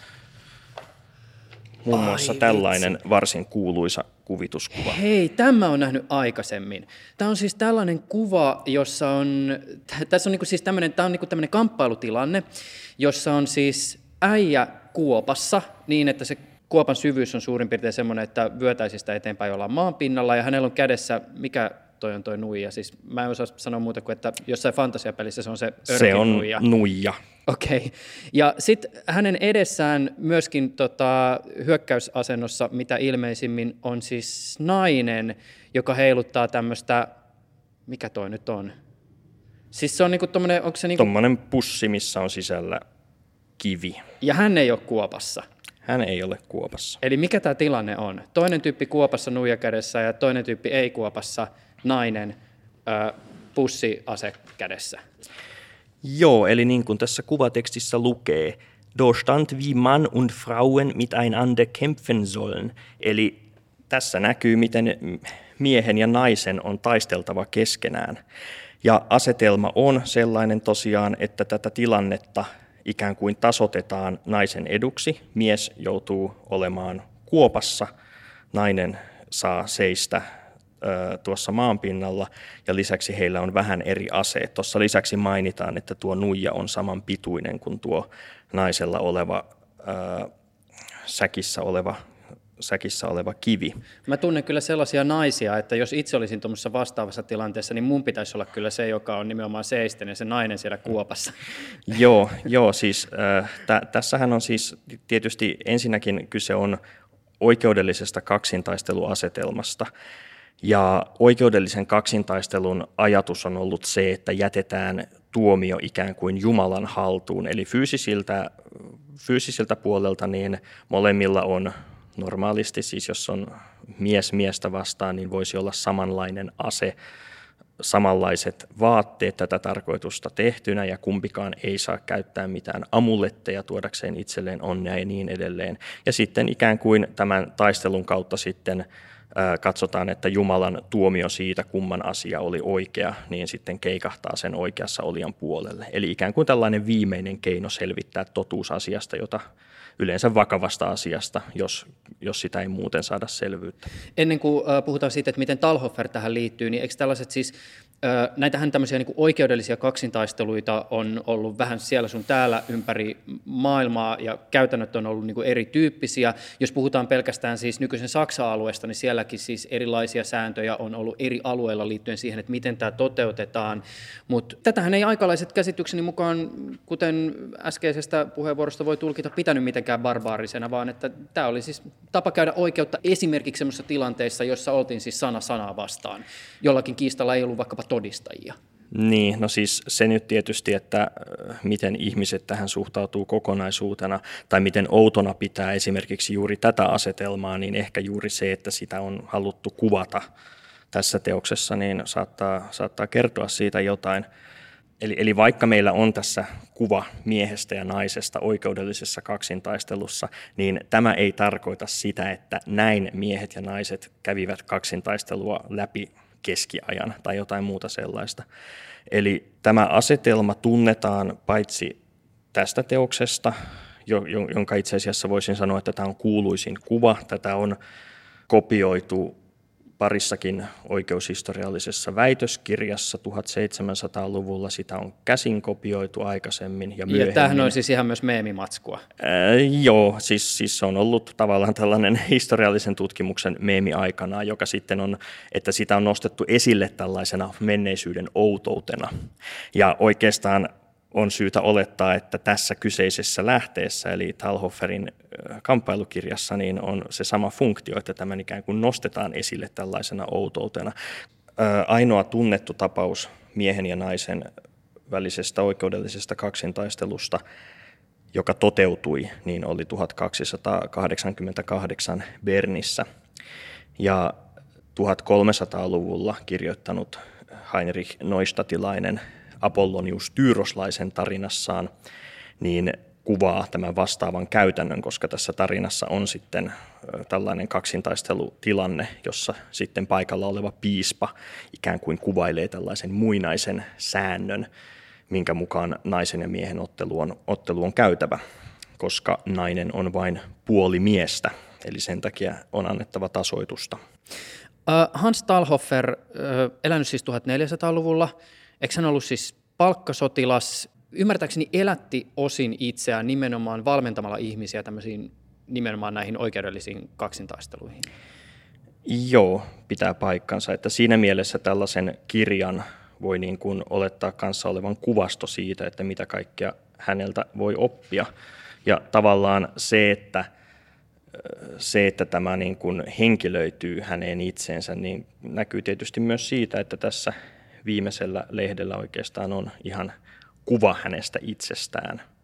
Muun muassa tällainen varsin kuuluisa kuvituskuva. Hei, tämä on nähnyt aikaisemmin. Tämä on siis tällainen kuva, jossa on, tässä on niinku siis tämmöinen, tämä on niinku tämmöinen kamppailutilanne, jossa on siis äijä kuopassa niin, että se kuopan syvyys on suurin piirtein semmoinen, että vyötäisistä eteenpäin ollaan maan pinnalla ja hänellä on kädessä, mikä toi on toi nuija, siis mä en osaa sanoa muuta kuin, että jossain fantasiapelissä se on se örkin Se on nuija. nuija. Okei. Ja sitten hänen edessään myöskin hyökkäysasennossa, mitä ilmeisimmin, on siis nainen, joka heiluttaa tämmöistä, mikä toi nyt on? Siis se on niinku tommonen, onko se niinku... Tommonen pussi, missä on sisällä kivi. Ja hän ei ole kuopassa. Hän ei ole kuopassa. Eli mikä tämä tilanne on? Toinen tyyppi kuopassa nuija kädessä ja toinen tyyppi ei kuopassa, nainen pussiase kädessä. Joo, eli niin kuin tässä kuvatekstissä lukee, "Do stand wie Mann und Frauen miteinander kämpfen sollen." Eli tässä näkyy, miten miehen ja naisen on taisteltava keskenään. Ja asetelma on sellainen tosiaan, että tätä tilannetta ikään kuin tasoitetaan naisen eduksi. Mies joutuu olemaan kuopassa, nainen saa seistä tuossa maanpinnalla ja lisäksi heillä on vähän eri aseet. Tuossa lisäksi mainitaan, että tuo nuija on saman pituinen kuin tuo naisella oleva säkissä oleva kivi. Mä tunnen kyllä sellaisia naisia, että jos itse olisin tuommoisessa vastaavassa tilanteessa, niin mun pitäisi olla kyllä se, joka on nimenomaan seisten ja se nainen siellä kuopassa. Joo, siis tässähän on siis tietysti ensinnäkin kyse on oikeudellisesta kaksintaisteluasetelmasta. Ja oikeudellisen kaksintaistelun ajatus on ollut se, että tuomio ikään kuin Jumalan haltuun. Eli fyysisiltä puolelta niin molemmilla on normaalisti, siis jos on mies miestä vastaan, niin voisi olla samanlainen ase, samanlaiset vaatteet tätä tarkoitusta tehtynä ja kumpikaan ei saa käyttää mitään amuletteja tuodakseen itselleen onnea ja niin edelleen. Ja sitten ikään kuin tämän taistelun kautta sitten katsotaan, että Jumalan tuomio siitä, kumman asia oli oikea, niin sitten keikahtaa sen oikeassa olijan puolelle. Eli ikään kuin tällainen viimeinen keino selvittää totuus asiasta, jota yleensä vakavasta asiasta, jos sitä ei muuten saada selvyyttä. Ennen kuin puhutaan siitä, että miten Talhofer tähän liittyy, niin eikö tällaiset siis, näitähän tämmöisiä niin kuin oikeudellisia kaksintaisteluita on ollut vähän siellä sun täällä ympäri maailmaa, ja käytännöt on ollut niin kuin erityyppisiä. Jos puhutaan pelkästään siis nykyisen Saksan alueesta, niin sielläkin siis erilaisia sääntöjä on ollut eri alueilla liittyen siihen, että miten tämä toteutetaan. Mutta tätähän ei aikalaiset käsitykseni mukaan, kuten äskeisestä puheenvuorosta voi tulkita, pitänyt mitenkään barbaarisena, vaan että tämä oli siis tapa käydä oikeutta esimerkiksi sellaisissa tilanteissa, jossa oltiin siis sana sanaa vastaan. Jollakin kiistalla ei ollut vaikkapa todistajia. Niin, no siis se nyt tietysti, että miten ihmiset tähän suhtautuu kokonaisuutena tai miten outona pitää esimerkiksi juuri tätä asetelmaa, niin ehkä juuri se, että sitä on haluttu kuvata tässä teoksessa, niin saattaa kertoa siitä jotain. Eli vaikka meillä on tässä kuva miehestä ja naisesta oikeudellisessa kaksintaistelussa, niin tämä ei tarkoita sitä, että näin miehet ja naiset kävivät kaksintaistelua läpi keskiajan tai jotain muuta sellaista. Eli tämä asetelma tunnetaan paitsi tästä teoksesta, jonka itse asiassa voisin sanoa, että tämä on kuuluisin kuva. Tätä on kopioitu parissakin oikeushistoriallisessa väitöskirjassa 1700-luvulla. Sitä on käsin kopioitu aikaisemmin ja myöhemmin. Ja tämähän on siis ihan myös meemimatskua. Joo, siis se on ollut tavallaan tällainen historiallisen tutkimuksen meemi aikana, joka sitten on, että sitä on nostettu esille tällaisena menneisyyden outoutena. Ja oikeastaan on syytä olettaa, että tässä kyseisessä lähteessä, eli Talhoferin kamppailukirjassa, niin on se sama funktio, että tämän ikään kuin nostetaan esille tällaisena outoutena. Ainoa tunnettu tapaus miehen ja naisen välisestä oikeudellisesta kaksintaistelusta, joka toteutui, niin oli 1288 Bernissä. Ja 1300-luvulla kirjoittanut Heinrich Neustadtilainen Apollonius Tyroslaisen tarinassaan niin kuvaa tämän vastaavan käytännön, koska tässä tarinassa on sitten tällainen kaksintaistelutilanne, jossa sitten paikalla oleva piispa ikään kuin kuvailee tällaisen muinaisen säännön, minkä mukaan naisen ja miehen ottelu on käytävä, koska nainen on vain puoli miestä, eli sen takia on annettava tasoitusta. Hans Talhofer, elänyt siis 1400-luvulla, eikö hän ollut siis palkkasotilas? Ymmärtääkseni elätti osin itseään nimenomaan valmentamalla ihmisiä tämmöisiin nimenomaan näihin oikeudellisiin kaksintaisteluihin. Joo, pitää paikkansa, että siinä mielessä tällaisen kirjan voi niin kuin olettaa kanssa olevan kuvasto siitä, että mitä kaikkea häneltä voi oppia. Ja tavallaan se, että tämä niin kuin henkilöityy häneen itseensä, niin näkyy tietysti myös siitä, että tässä viimeisellä lehdellä oikeastaan on ihan kuva hänestä itsestään.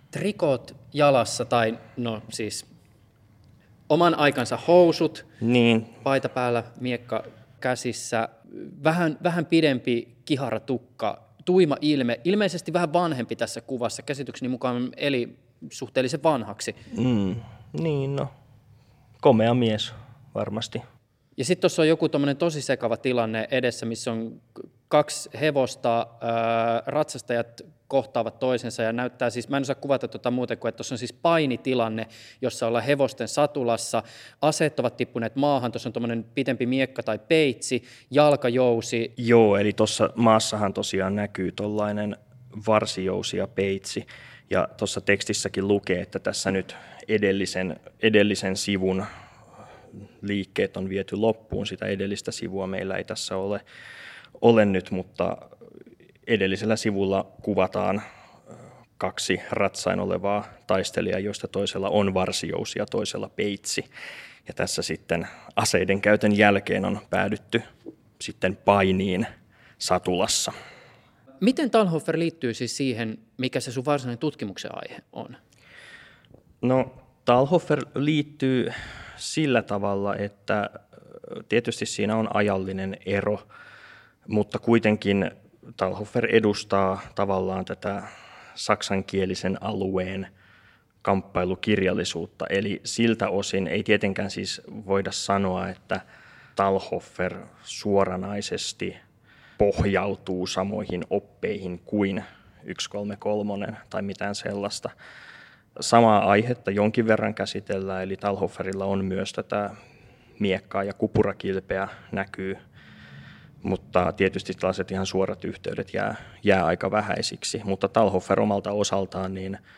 Trikot jalassa tai no siis oman aikansa housut, Niin, paita päällä, miekka käsissä, vähän pidempi kiharatukka, tuima ilme, ilmeisesti vähän vanhempi tässä kuvassa, käsitykseni mukaan eli suhteellisen vanhaksi. niin no, komea mies varmasti. Ja sitten tuossa on joku tommoinen tosi sekava tilanne edessä, missä on kaksi hevosta, ratsastajat kohtaavat toisensa ja näyttää siis, mä en osaa kuvata tuota muuten kuin, että tuossa on siis painitilanne, jossa ollaan hevosten satulassa, aseet ovat tippuneet maahan, tuossa on tommoinen pitempi miekka tai peitsi, jalkajousi. Joo, eli tuossa maassahan tosiaan näkyy tollainen varsijousi ja peitsi, ja tuossa tekstissäkin lukee, että tässä nyt edellisen sivun liikkeet on viety loppuun, sitä edellistä sivua meillä ei tässä ole nyt, mutta edellisellä sivulla kuvataan kaksi ratsain olevaa taistelijaa, joista toisella on varsijousi ja toisella peitsi. Ja tässä sitten aseiden käytön jälkeen on päädytty sitten painiin satulassa. Miten Talhofer liittyy siis siihen, mikä se sun varsinainen tutkimuksen aihe on? No, Talhofer liittyy sillä tavalla, että tietysti siinä on ajallinen ero, mutta kuitenkin Talhofer edustaa tavallaan tätä saksankielisen alueen kamppailukirjallisuutta, eli siltä osin ei tietenkään siis voida sanoa, että Talhofer suoranaisesti pohjautuu samoihin oppeihin kuin 133 tai mitään sellaista. Samaa aihetta jonkin verran käsitellään, eli Talhoferilla on myös tätä miekkaa ja kupurakilpeä näkyy, mutta tietysti tällaiset ihan suorat yhteydet jää aika vähäisiksi. Mutta Talhofer omalta osaltaan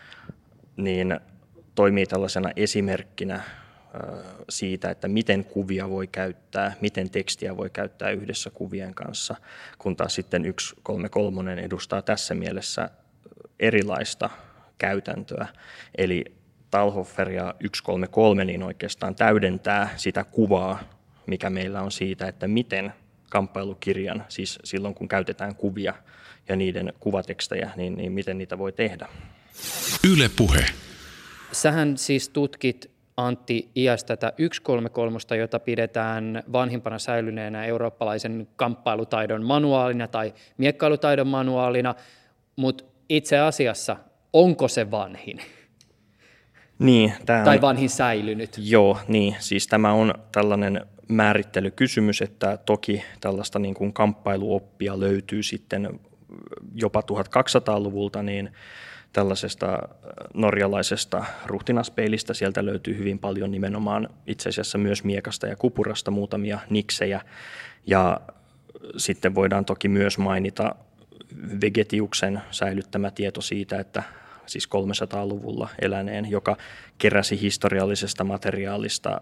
niin toimii tällaisena esimerkkinä siitä, että miten kuvia voi käyttää, miten tekstiä voi käyttää yhdessä kuvien kanssa, kun taas sitten 133 edustaa tässä mielessä erilaista käytäntöä. Eli Talhofer ja 133 niin oikeastaan täydentää sitä kuvaa, mikä meillä on siitä, että miten kamppailukirjan, siis silloin kun käytetään kuvia ja niiden kuvatekstejä, niin miten niitä voi tehdä. Yle Puhe. Sähän siis tutkit, Antti, iäs tätä 133, jota pidetään vanhimpana säilyneenä eurooppalaisen kamppailutaidon manuaalina tai miekkailutaidon manuaalina, mutta itse asiassa onko se vanhin? Niin, tai vanhin säilynyt? Joo, niin. Siis tämä on tällainen määrittelykysymys, että toki tällaista niin kuin kamppailuoppia löytyy sitten jopa 1200-luvulta, niin tällaisesta norjalaisesta ruhtinaspeilistä sieltä löytyy hyvin paljon nimenomaan itse asiassa myös miekasta ja kupurasta muutamia niksejä. Ja sitten voidaan toki myös mainita Vegetiuksen säilyttämä tieto siitä, että siis 300-luvulla eläneen, joka keräsi historiallisesta materiaalista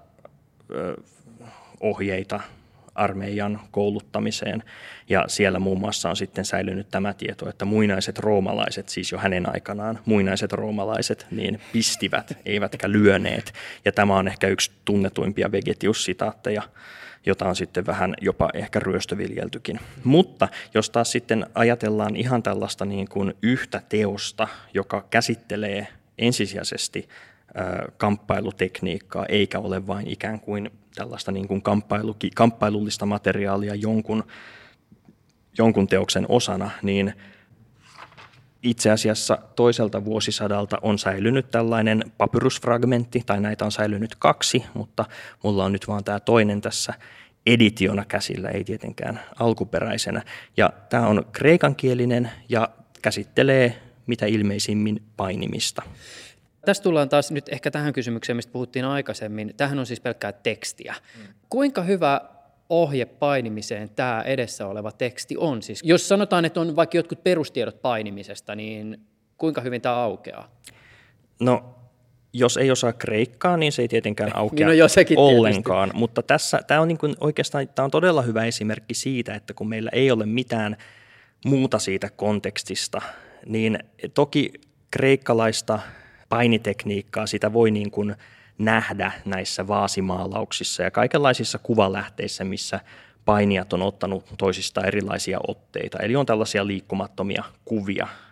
ohjeita armeijan kouluttamiseen. Ja siellä muun muassa on sitten säilynyt tämä tieto, että muinaiset roomalaiset, siis jo hänen aikanaan muinaiset roomalaiset, niin pistivät, eivätkä lyöneet. Ja tämä on ehkä yksi tunnetuimpia Vegetius-sitaatteja, jota on sitten vähän jopa ehkä ryöstöviljeltykin. Mutta jos taas sitten ajatellaan ihan tällaista niin kuin yhtä teosta, joka käsittelee ensisijaisesti kamppailutekniikkaa, eikä ole vain ikään kuin tällaista niin kuin kamppailullista materiaalia jonkun teoksen osana, niin itse asiassa toiselta vuosisadalta on säilynyt tällainen papyrusfragmentti, tai näitä on säilynyt 2, mutta mulla on nyt vaan tämä toinen tässä editiona käsillä, ei tietenkään alkuperäisenä. Ja tämä on kreikankielinen ja käsittelee mitä ilmeisimmin painimista. Tässä tullaan taas nyt ehkä tähän kysymykseen, mistä puhuttiin aikaisemmin. Tämähän on siis pelkkää tekstiä. Kuinka hyvä ohje painimiseen tämä edessä oleva teksti on? Siis, jos sanotaan, että on vaikka jotkut perustiedot painimisesta, niin kuinka hyvin tämä aukeaa? No, jos ei osaa kreikkaa, niin se ei tietenkään aukea ollenkaan. Mutta tämä on, niin kuin oikeastaan, tämä on todella hyvä esimerkki siitä, että kun meillä ei ole mitään muuta siitä kontekstista, niin toki kreikkalaista painitekniikkaa, sitä voi niin kuin nähdä näissä vaasimaalauksissa ja kaikenlaisissa kuvalähteissä, missä painijat on ottanut toisistaan erilaisia otteita. Eli on tällaisia liikkumattomia kuvia,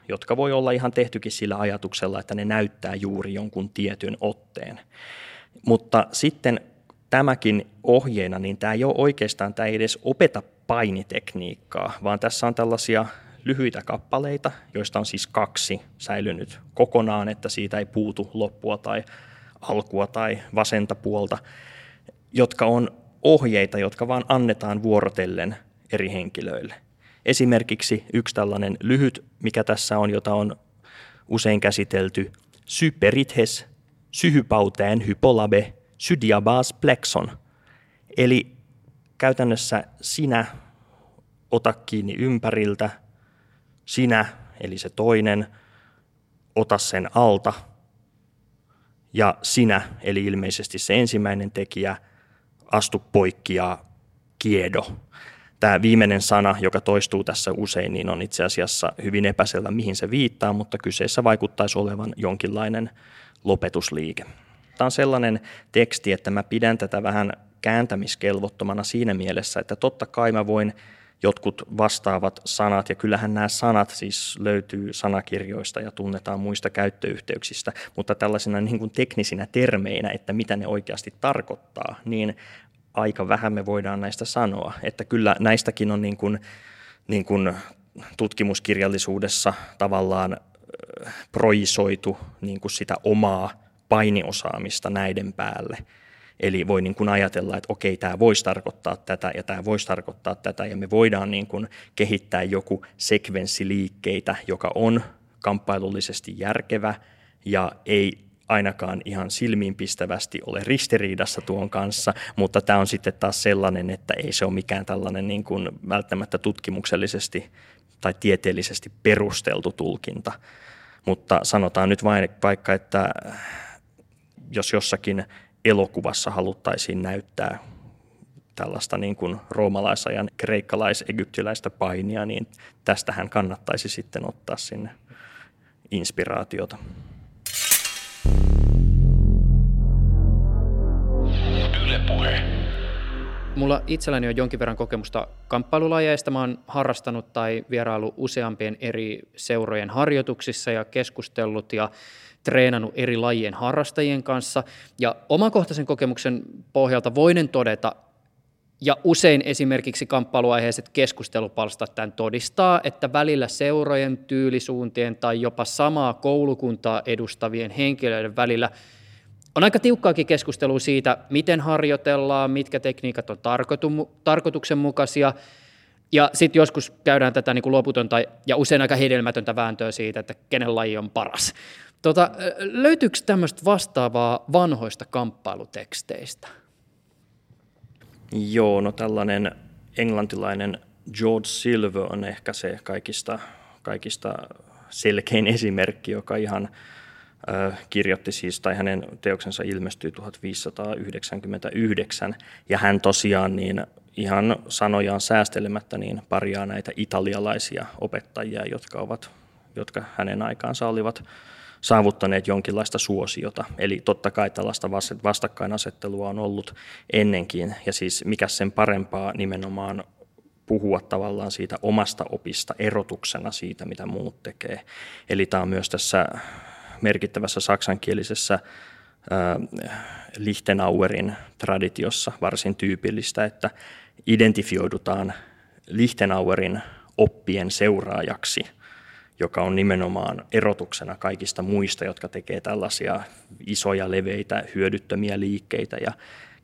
jotka voi olla ihan tehtykin sillä ajatuksella, että ne näyttää juuri jonkun tietyn otteen. Mutta sitten tämäkin ohjeena, niin tämä ei ole oikeastaan, tämä ei edes opeta painitekniikkaa, vaan tässä on tällaisia lyhyitä kappaleita, joista on siis 2 säilynyt kokonaan, että siitä ei puutu loppua tai alkua tai vasenta puolta, jotka on ohjeita, jotka vaan annetaan vuorotellen eri henkilöille. Esimerkiksi yksi tällainen lyhyt, mikä tässä on, jota on usein käsitelty, syperithes, syhypauteen hypolabe, sydiabas plexon. Eli käytännössä sinä ota kiinni ympäriltä, sinä, eli se toinen, ota sen alta, ja sinä, eli ilmeisesti se ensimmäinen tekijä, astu poikki ja kiedo. Tämä viimeinen sana, joka toistuu tässä usein, niin on itse asiassa hyvin epäselvä, mihin se viittaa, mutta kyseessä vaikuttaisi olevan jonkinlainen lopetusliike. Tämä on sellainen teksti, että mä pidän tätä vähän kääntämiskelvottomana siinä mielessä, että totta kai mä voin jotkut vastaavat sanat, ja kyllähän nämä sanat siis löytyy sanakirjoista ja tunnetaan muista käyttöyhteyksistä, mutta tällaisina niin kuin teknisinä termeinä, että mitä ne oikeasti tarkoittaa, niin aika vähän me voidaan näistä sanoa. Että kyllä näistäkin on niin kuin tutkimuskirjallisuudessa tavallaan projisoitu niin kuin sitä omaa painiosaamista näiden päälle. Eli voi niin kuin ajatella, että okei, tämä voisi tarkoittaa tätä ja tämä voisi tarkoittaa tätä, ja me voidaan niin kuin kehittää joku sekvenssi liikkeitä, joka on kamppailullisesti järkevä ja ei ainakaan ihan silmiinpistävästi ole ristiriidassa tuon kanssa, mutta tämä on sitten taas sellainen, että ei se ole mikään tällainen niin kuin välttämättä tutkimuksellisesti tai tieteellisesti perusteltu tulkinta. Mutta sanotaan nyt vaikka, että jos jossakin elokuvassa haluttaisiin näyttää tällaista niin kuin roomalaisajan kreikkalais-egyptiläistä painia, niin tästähän kannattaisi sitten ottaa sinne inspiraatiota. Yle Puhe. Mulla itselläni on jonkin verran kokemusta kamppailulajeista. Mä oon harrastanut tai vierailu useampien eri seurojen harjoituksissa ja keskustellut ja treenannut eri lajien harrastajien kanssa. Ja omakohtaisen kokemuksen pohjalta voinen todeta, ja usein esimerkiksi kamppailuaiheiset keskustelupalstat tämän todistaa, että välillä seurojen, tyylisuuntien tai jopa samaa koulukuntaa edustavien henkilöiden välillä on aika tiukkaakin keskustelua siitä, miten harjoitellaan, mitkä tekniikat on tarkoituksenmukaisia, ja sitten joskus käydään tätä niin kuin loputonta ja usein aika hedelmätöntä vääntöä siitä, että kenen laji on paras. Löytyykö tämmöistä vastaavaa vanhoista kamppailuteksteistä? Joo, no tällainen englantilainen George Silver on ehkä se kaikista selkein esimerkki, joka ihan kirjoitti siis, tai hänen teoksensa ilmestyi 1599, ja hän tosiaan niin ihan sanojaan säästelemättä niin parjaa näitä italialaisia opettajia, jotka hänen aikaansa olivat saavuttaneet jonkinlaista suosiota. Eli totta kai tällaista vastakkainasettelua on ollut ennenkin, ja siis mikä sen parempaa nimenomaan puhua tavallaan siitä omasta opista erotuksena siitä, mitä muut tekee. Eli tämä on myös tässä merkittävässä saksankielisessä Lichtenauerin traditiossa varsin tyypillistä, että identifioidutaan Lichtenauerin oppien seuraajaksi, joka on nimenomaan erotuksena kaikista muista, jotka tekee tällaisia isoja, leveitä, hyödyttömiä liikkeitä ja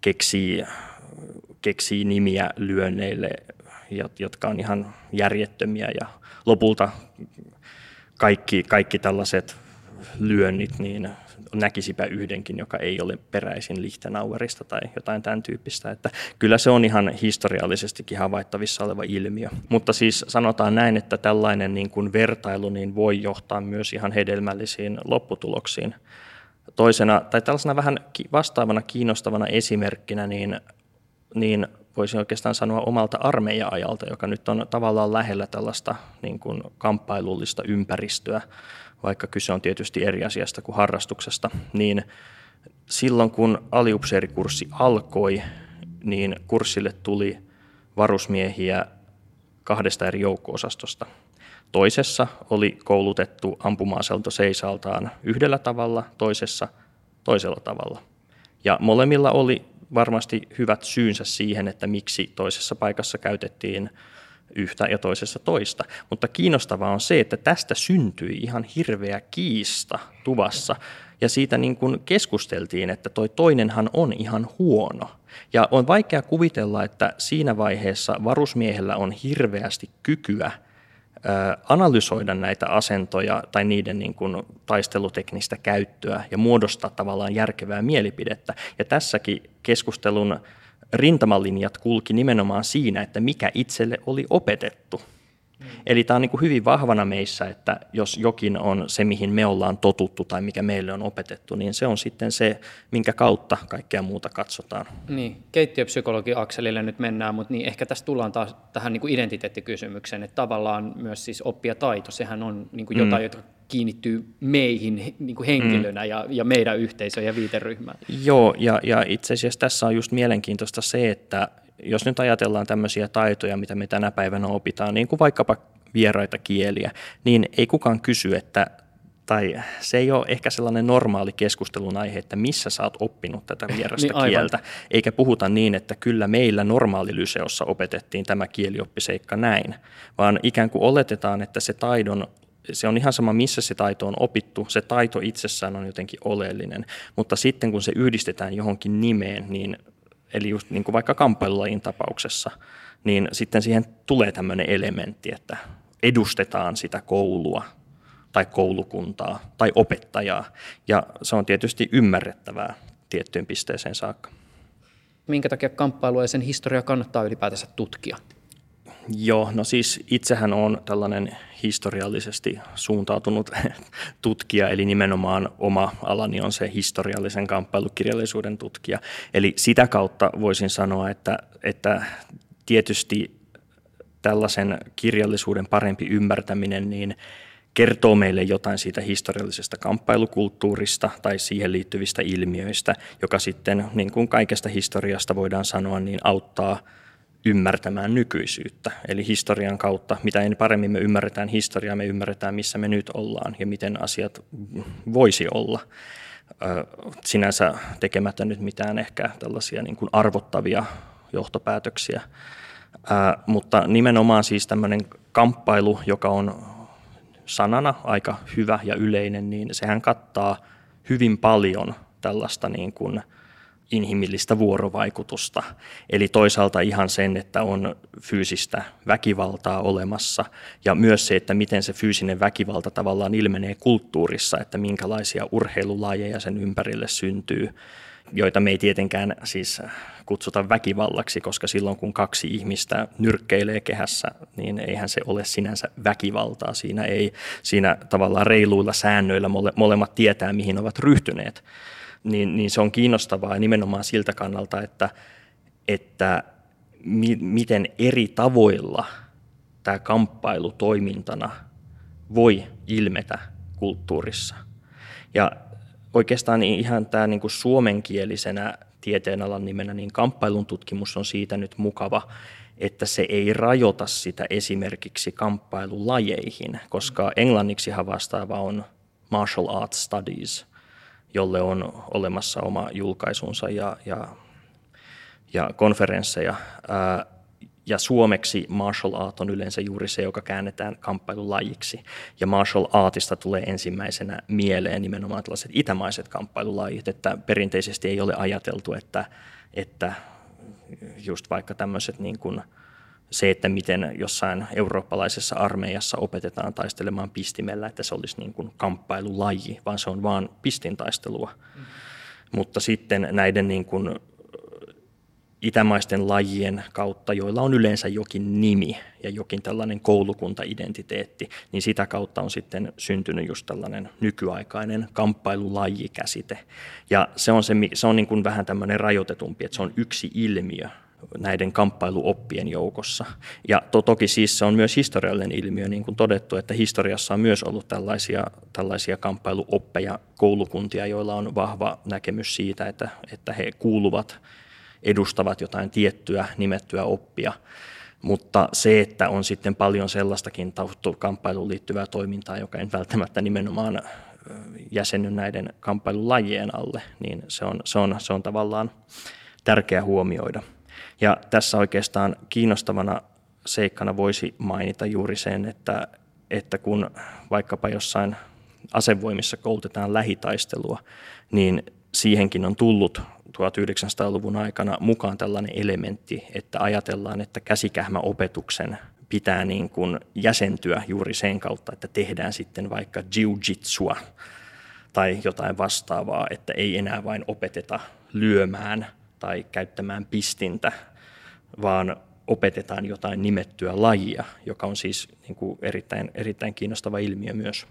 keksii nimiä lyönneille, jotka on ihan järjettömiä, ja lopulta kaikki tällaiset lyönnit, niin näkisipä yhdenkin, joka ei ole peräisin Lichtenauerista tai jotain tämän tyyppistä. Että kyllä se on ihan historiallisestikin havaittavissa oleva ilmiö. Mutta siis sanotaan näin, että tällainen niin kuin vertailu niin voi johtaa myös ihan hedelmällisiin lopputuloksiin. Toisena, tai tällaisena vähän vastaavana kiinnostavana esimerkkinä, niin voisin oikeastaan sanoa omalta armeija-ajalta, joka nyt on tavallaan lähellä tällaista niin kuin kamppailullista ympäristöä, vaikka kyse on tietysti eri asiasta kuin harrastuksesta, niin silloin kun aliupseerikurssi alkoi, niin kurssille tuli varusmiehiä 2 eri joukko-osastosta. Toisessa oli koulutettu ampuma-aseelta seisaltaan yhdellä tavalla, toisessa toisella tavalla. Ja molemmilla oli varmasti hyvät syynsä siihen, että miksi toisessa paikassa käytettiin yhtä ja toisessa toista. Mutta kiinnostavaa on se, että tästä syntyi ihan hirveä kiista tuvassa. Ja siitä niin kuin keskusteltiin, että toi toinenhan on ihan huono. Ja on vaikea kuvitella, että siinä vaiheessa varusmiehellä on hirveästi kykyä analysoida näitä asentoja tai niiden niin kuin taisteluteknistä käyttöä ja muodostaa tavallaan järkevää mielipidettä. Ja tässäkin keskustelun rintamalinjat kulki nimenomaan siinä, että mikä itselle oli opetettu. Eli tämä on niin kuin hyvin vahvana meissä, että jos jokin on se, mihin me ollaan totuttu tai mikä meille on opetettu, niin se on sitten se, minkä kautta kaikkea muuta katsotaan. Niin, keittiöpsykologi-akselille nyt mennään, mutta niin ehkä tässä tullaan taas tähän niin kuin identiteettikysymykseen, että tavallaan myös siis oppijataito, sehän on niin kuin jotain, jota kiinnittyy meihin niin kuin henkilönä ja meidän yhteisöön ja viiteryhmään. Joo, ja itse asiassa tässä on just mielenkiintoista se, että jos nyt ajatellaan tämmöisiä taitoja, mitä me tänä päivänä opitaan, niin kuin vaikkapa vieraita kieliä, niin ei kukaan kysy, tai se ei ole ehkä sellainen normaali keskustelun aihe, että missä sä oot oppinut tätä vierasta niin, kieltä, eikä puhuta niin, että kyllä meillä normaalilyseossa opetettiin tämä kielioppiseikka näin, vaan ikään kuin oletetaan, että se on ihan sama, missä se taito on opittu, se taito itsessään on jotenkin oleellinen, mutta sitten kun se yhdistetään johonkin nimeen, niin eli just niin kuin vaikka kamppailulajin tapauksessa, niin sitten siihen tulee tämmöinen elementti, että edustetaan sitä koulua tai koulukuntaa tai opettajaa, ja se on tietysti ymmärrettävää tiettyyn pisteeseen saakka. Minkä takia kamppailua ja sen historia kannattaa ylipäätänsä tutkia? Joo, no siis itsehän on tällainen historiallisesti suuntautunut tutkija, eli nimenomaan oma alani on se historiallisen kamppailukirjallisuuden tutkija. Eli sitä kautta voisin sanoa, että tietysti tällaisen kirjallisuuden parempi ymmärtäminen niin kertoo meille jotain siitä historiallisesta kamppailukulttuurista tai siihen liittyvistä ilmiöistä, joka sitten, niin kuin kaikesta historiasta voidaan sanoa, niin auttaa ymmärtämään nykyisyyttä. Eli historian kautta, mitä paremmin me ymmärretään historiaa, me ymmärretään, missä me nyt ollaan ja miten asiat voisi olla. Sinänsä tekemättä nyt mitään ehkä tällaisia niin kuin arvottavia johtopäätöksiä. Mutta nimenomaan siis tämmöinen kamppailu, joka on sanana aika hyvä ja yleinen, niin sehän kattaa hyvin paljon tällaista niin kuin inhimillistä vuorovaikutusta. Eli toisaalta ihan sen, että on fyysistä väkivaltaa olemassa ja myös se, että miten se fyysinen väkivalta tavallaan ilmenee kulttuurissa, että minkälaisia urheilulajeja sen ympärille syntyy, joita me ei tietenkään siis kutsuta väkivallaksi, koska silloin kun kaksi ihmistä nyrkkeilee kehässä, niin eihän se ole sinänsä väkivaltaa. Siinä tavallaan reiluilla säännöillä molemmat tietää, mihin ovat ryhtyneet. Niin se on kiinnostavaa nimenomaan siltä kannalta, että miten eri tavoilla tämä kamppailu toimintana voi ilmetä kulttuurissa. Ja oikeastaan ihan tämä niin kuin suomenkielisenä tieteenalan nimenä, niin kamppailun tutkimus on siitä nyt mukava, että se ei rajoita sitä esimerkiksi kamppailulajeihin, koska englanniksi vastaava on Martial Arts Studies, jolle on olemassa oma julkaisunsa ja konferensseja. Ja suomeksi martial art on yleensä juuri se, joka käännetään kamppailulajiksi. Ja martial artista tulee ensimmäisenä mieleen nimenomaan tällaiset itämaiset kamppailulajit, että perinteisesti ei ole ajateltu, että just vaikka tämmöiset niin kuin se, että miten jossain eurooppalaisessa armeijassa opetetaan taistelemaan pistimellä, että se olisi niin kuin kamppailulaji, vaan se on vaan pistintaistelua. Mutta sitten näiden niin kuin itämaisten lajien kautta, joilla on yleensä jokin nimi ja jokin tällainen koulukuntaidentiteetti, niin sitä kautta on sitten syntynyt just tällainen nykyaikainen kamppailulajikäsite. Ja se on niin kuin vähän tämmöinen rajoitetumpi, että se on yksi ilmiö näiden kamppailuoppien joukossa. Ja toki siis se on myös historiallinen ilmiö, niin kuin todettu, että historiassa on myös ollut tällaisia kamppailuoppeja, koulukuntia, joilla on vahva näkemys siitä, että he edustavat jotain tiettyä nimettyä oppia. Mutta se, että on sitten paljon sellaistakin kamppailuun liittyvää toimintaa, joka ei välttämättä nimenomaan jäsenny näiden kamppailulajien alle, niin se on tavallaan tärkeä huomioida. Ja tässä oikeastaan kiinnostavana seikkana voisi mainita juuri sen, että kun vaikkapa jossain asevoimissa koulutetaan lähitaistelua, niin siihenkin on tullut 1900-luvun aikana mukaan tällainen elementti, että ajatellaan, että käsikähmäopetuksen pitää niin kuin jäsentyä juuri sen kautta, että tehdään sitten vaikka jiu-jitsua tai jotain vastaavaa, että ei enää vain opeteta lyömään tai käyttämään pistintä, vaan opetetaan jotain nimettyä lajia, joka on siis niin kuin erittäin kiinnostava ilmiö myös.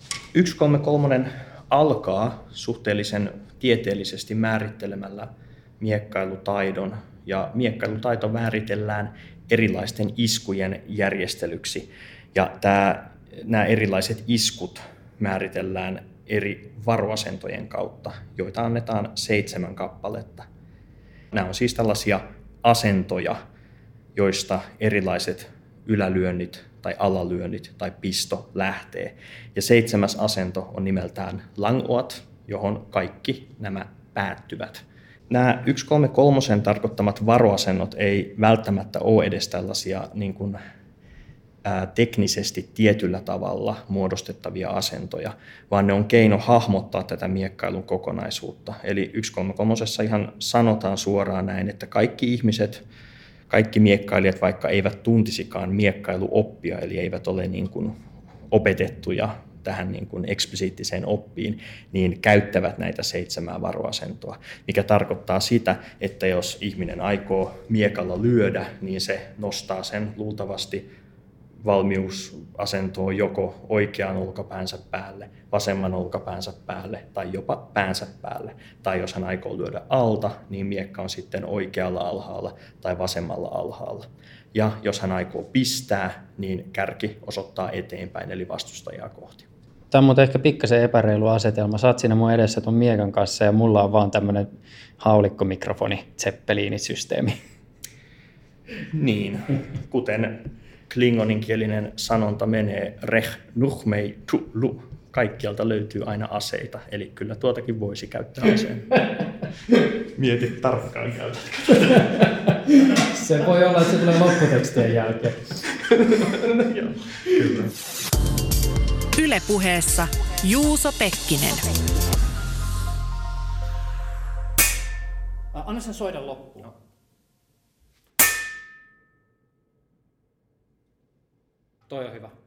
133 alkaa suhteellisen tieteellisesti määrittelemällä miekkailutaidon, ja miekkailutaito määritellään erilaisten iskujen järjestelyksi, ja nämä erilaiset iskut määritellään eri varoasentojen kautta, joita annetaan 7 kappaletta. Nämä on siis tällaisia asentoja, joista erilaiset ylälyönnit tai alalyönnit tai pisto lähtee. Ja 7. asento on nimeltään Langoat, johon kaikki nämä päättyvät. Nämä 133 tarkoittamat varoasennot ei välttämättä ole edes tällaisia niin kuin, teknisesti tietyllä tavalla muodostettavia asentoja, vaan ne on keino hahmottaa tätä miekkailun kokonaisuutta. Eli 133 ihan sanotaan suoraan näin, että kaikki ihmiset, kaikki miekkailijat, vaikka eivät tuntisikaan miekkailuoppia, eli eivät ole niin kuin opetettuja tähän niin kuin eksplisiittiseen oppiin, niin käyttävät näitä 7 varoasentoa, mikä tarkoittaa sitä, että jos ihminen aikoo miekalla lyödä, niin se nostaa sen luultavasti valmiusasentoon joko oikean olkapäänsä päälle, vasemman olkapäänsä päälle tai jopa päänsä päälle. Tai jos hän aikoo lyödä alta, niin miekka on sitten oikealla alhaalla tai vasemmalla alhaalla. Ja jos hän aikoo pistää, niin kärki osoittaa eteenpäin eli vastustajaa kohti. Tämä on muuten ehkä pikkasen epäreilu asetelma. Sä oot siinä mun edessä ton miekan kanssa ja mulla on vaan tämmönen haulikkomikrofoni, zeppeliinisysteemi. Niin, kuten klingoninkielinen sanonta menee, reh nuhmei tu lu. Kaikkialta löytyy aina aseita, eli kyllä tuotakin voisi käyttää aseen. Mieti tarkkaan käytä. Se voi olla, että se tulee lopputekstien jälkeen. Joo, kyllä. Yle Puheessa Juuso Pekkinen. Anna sen soida loppuun. Toi on hyvä.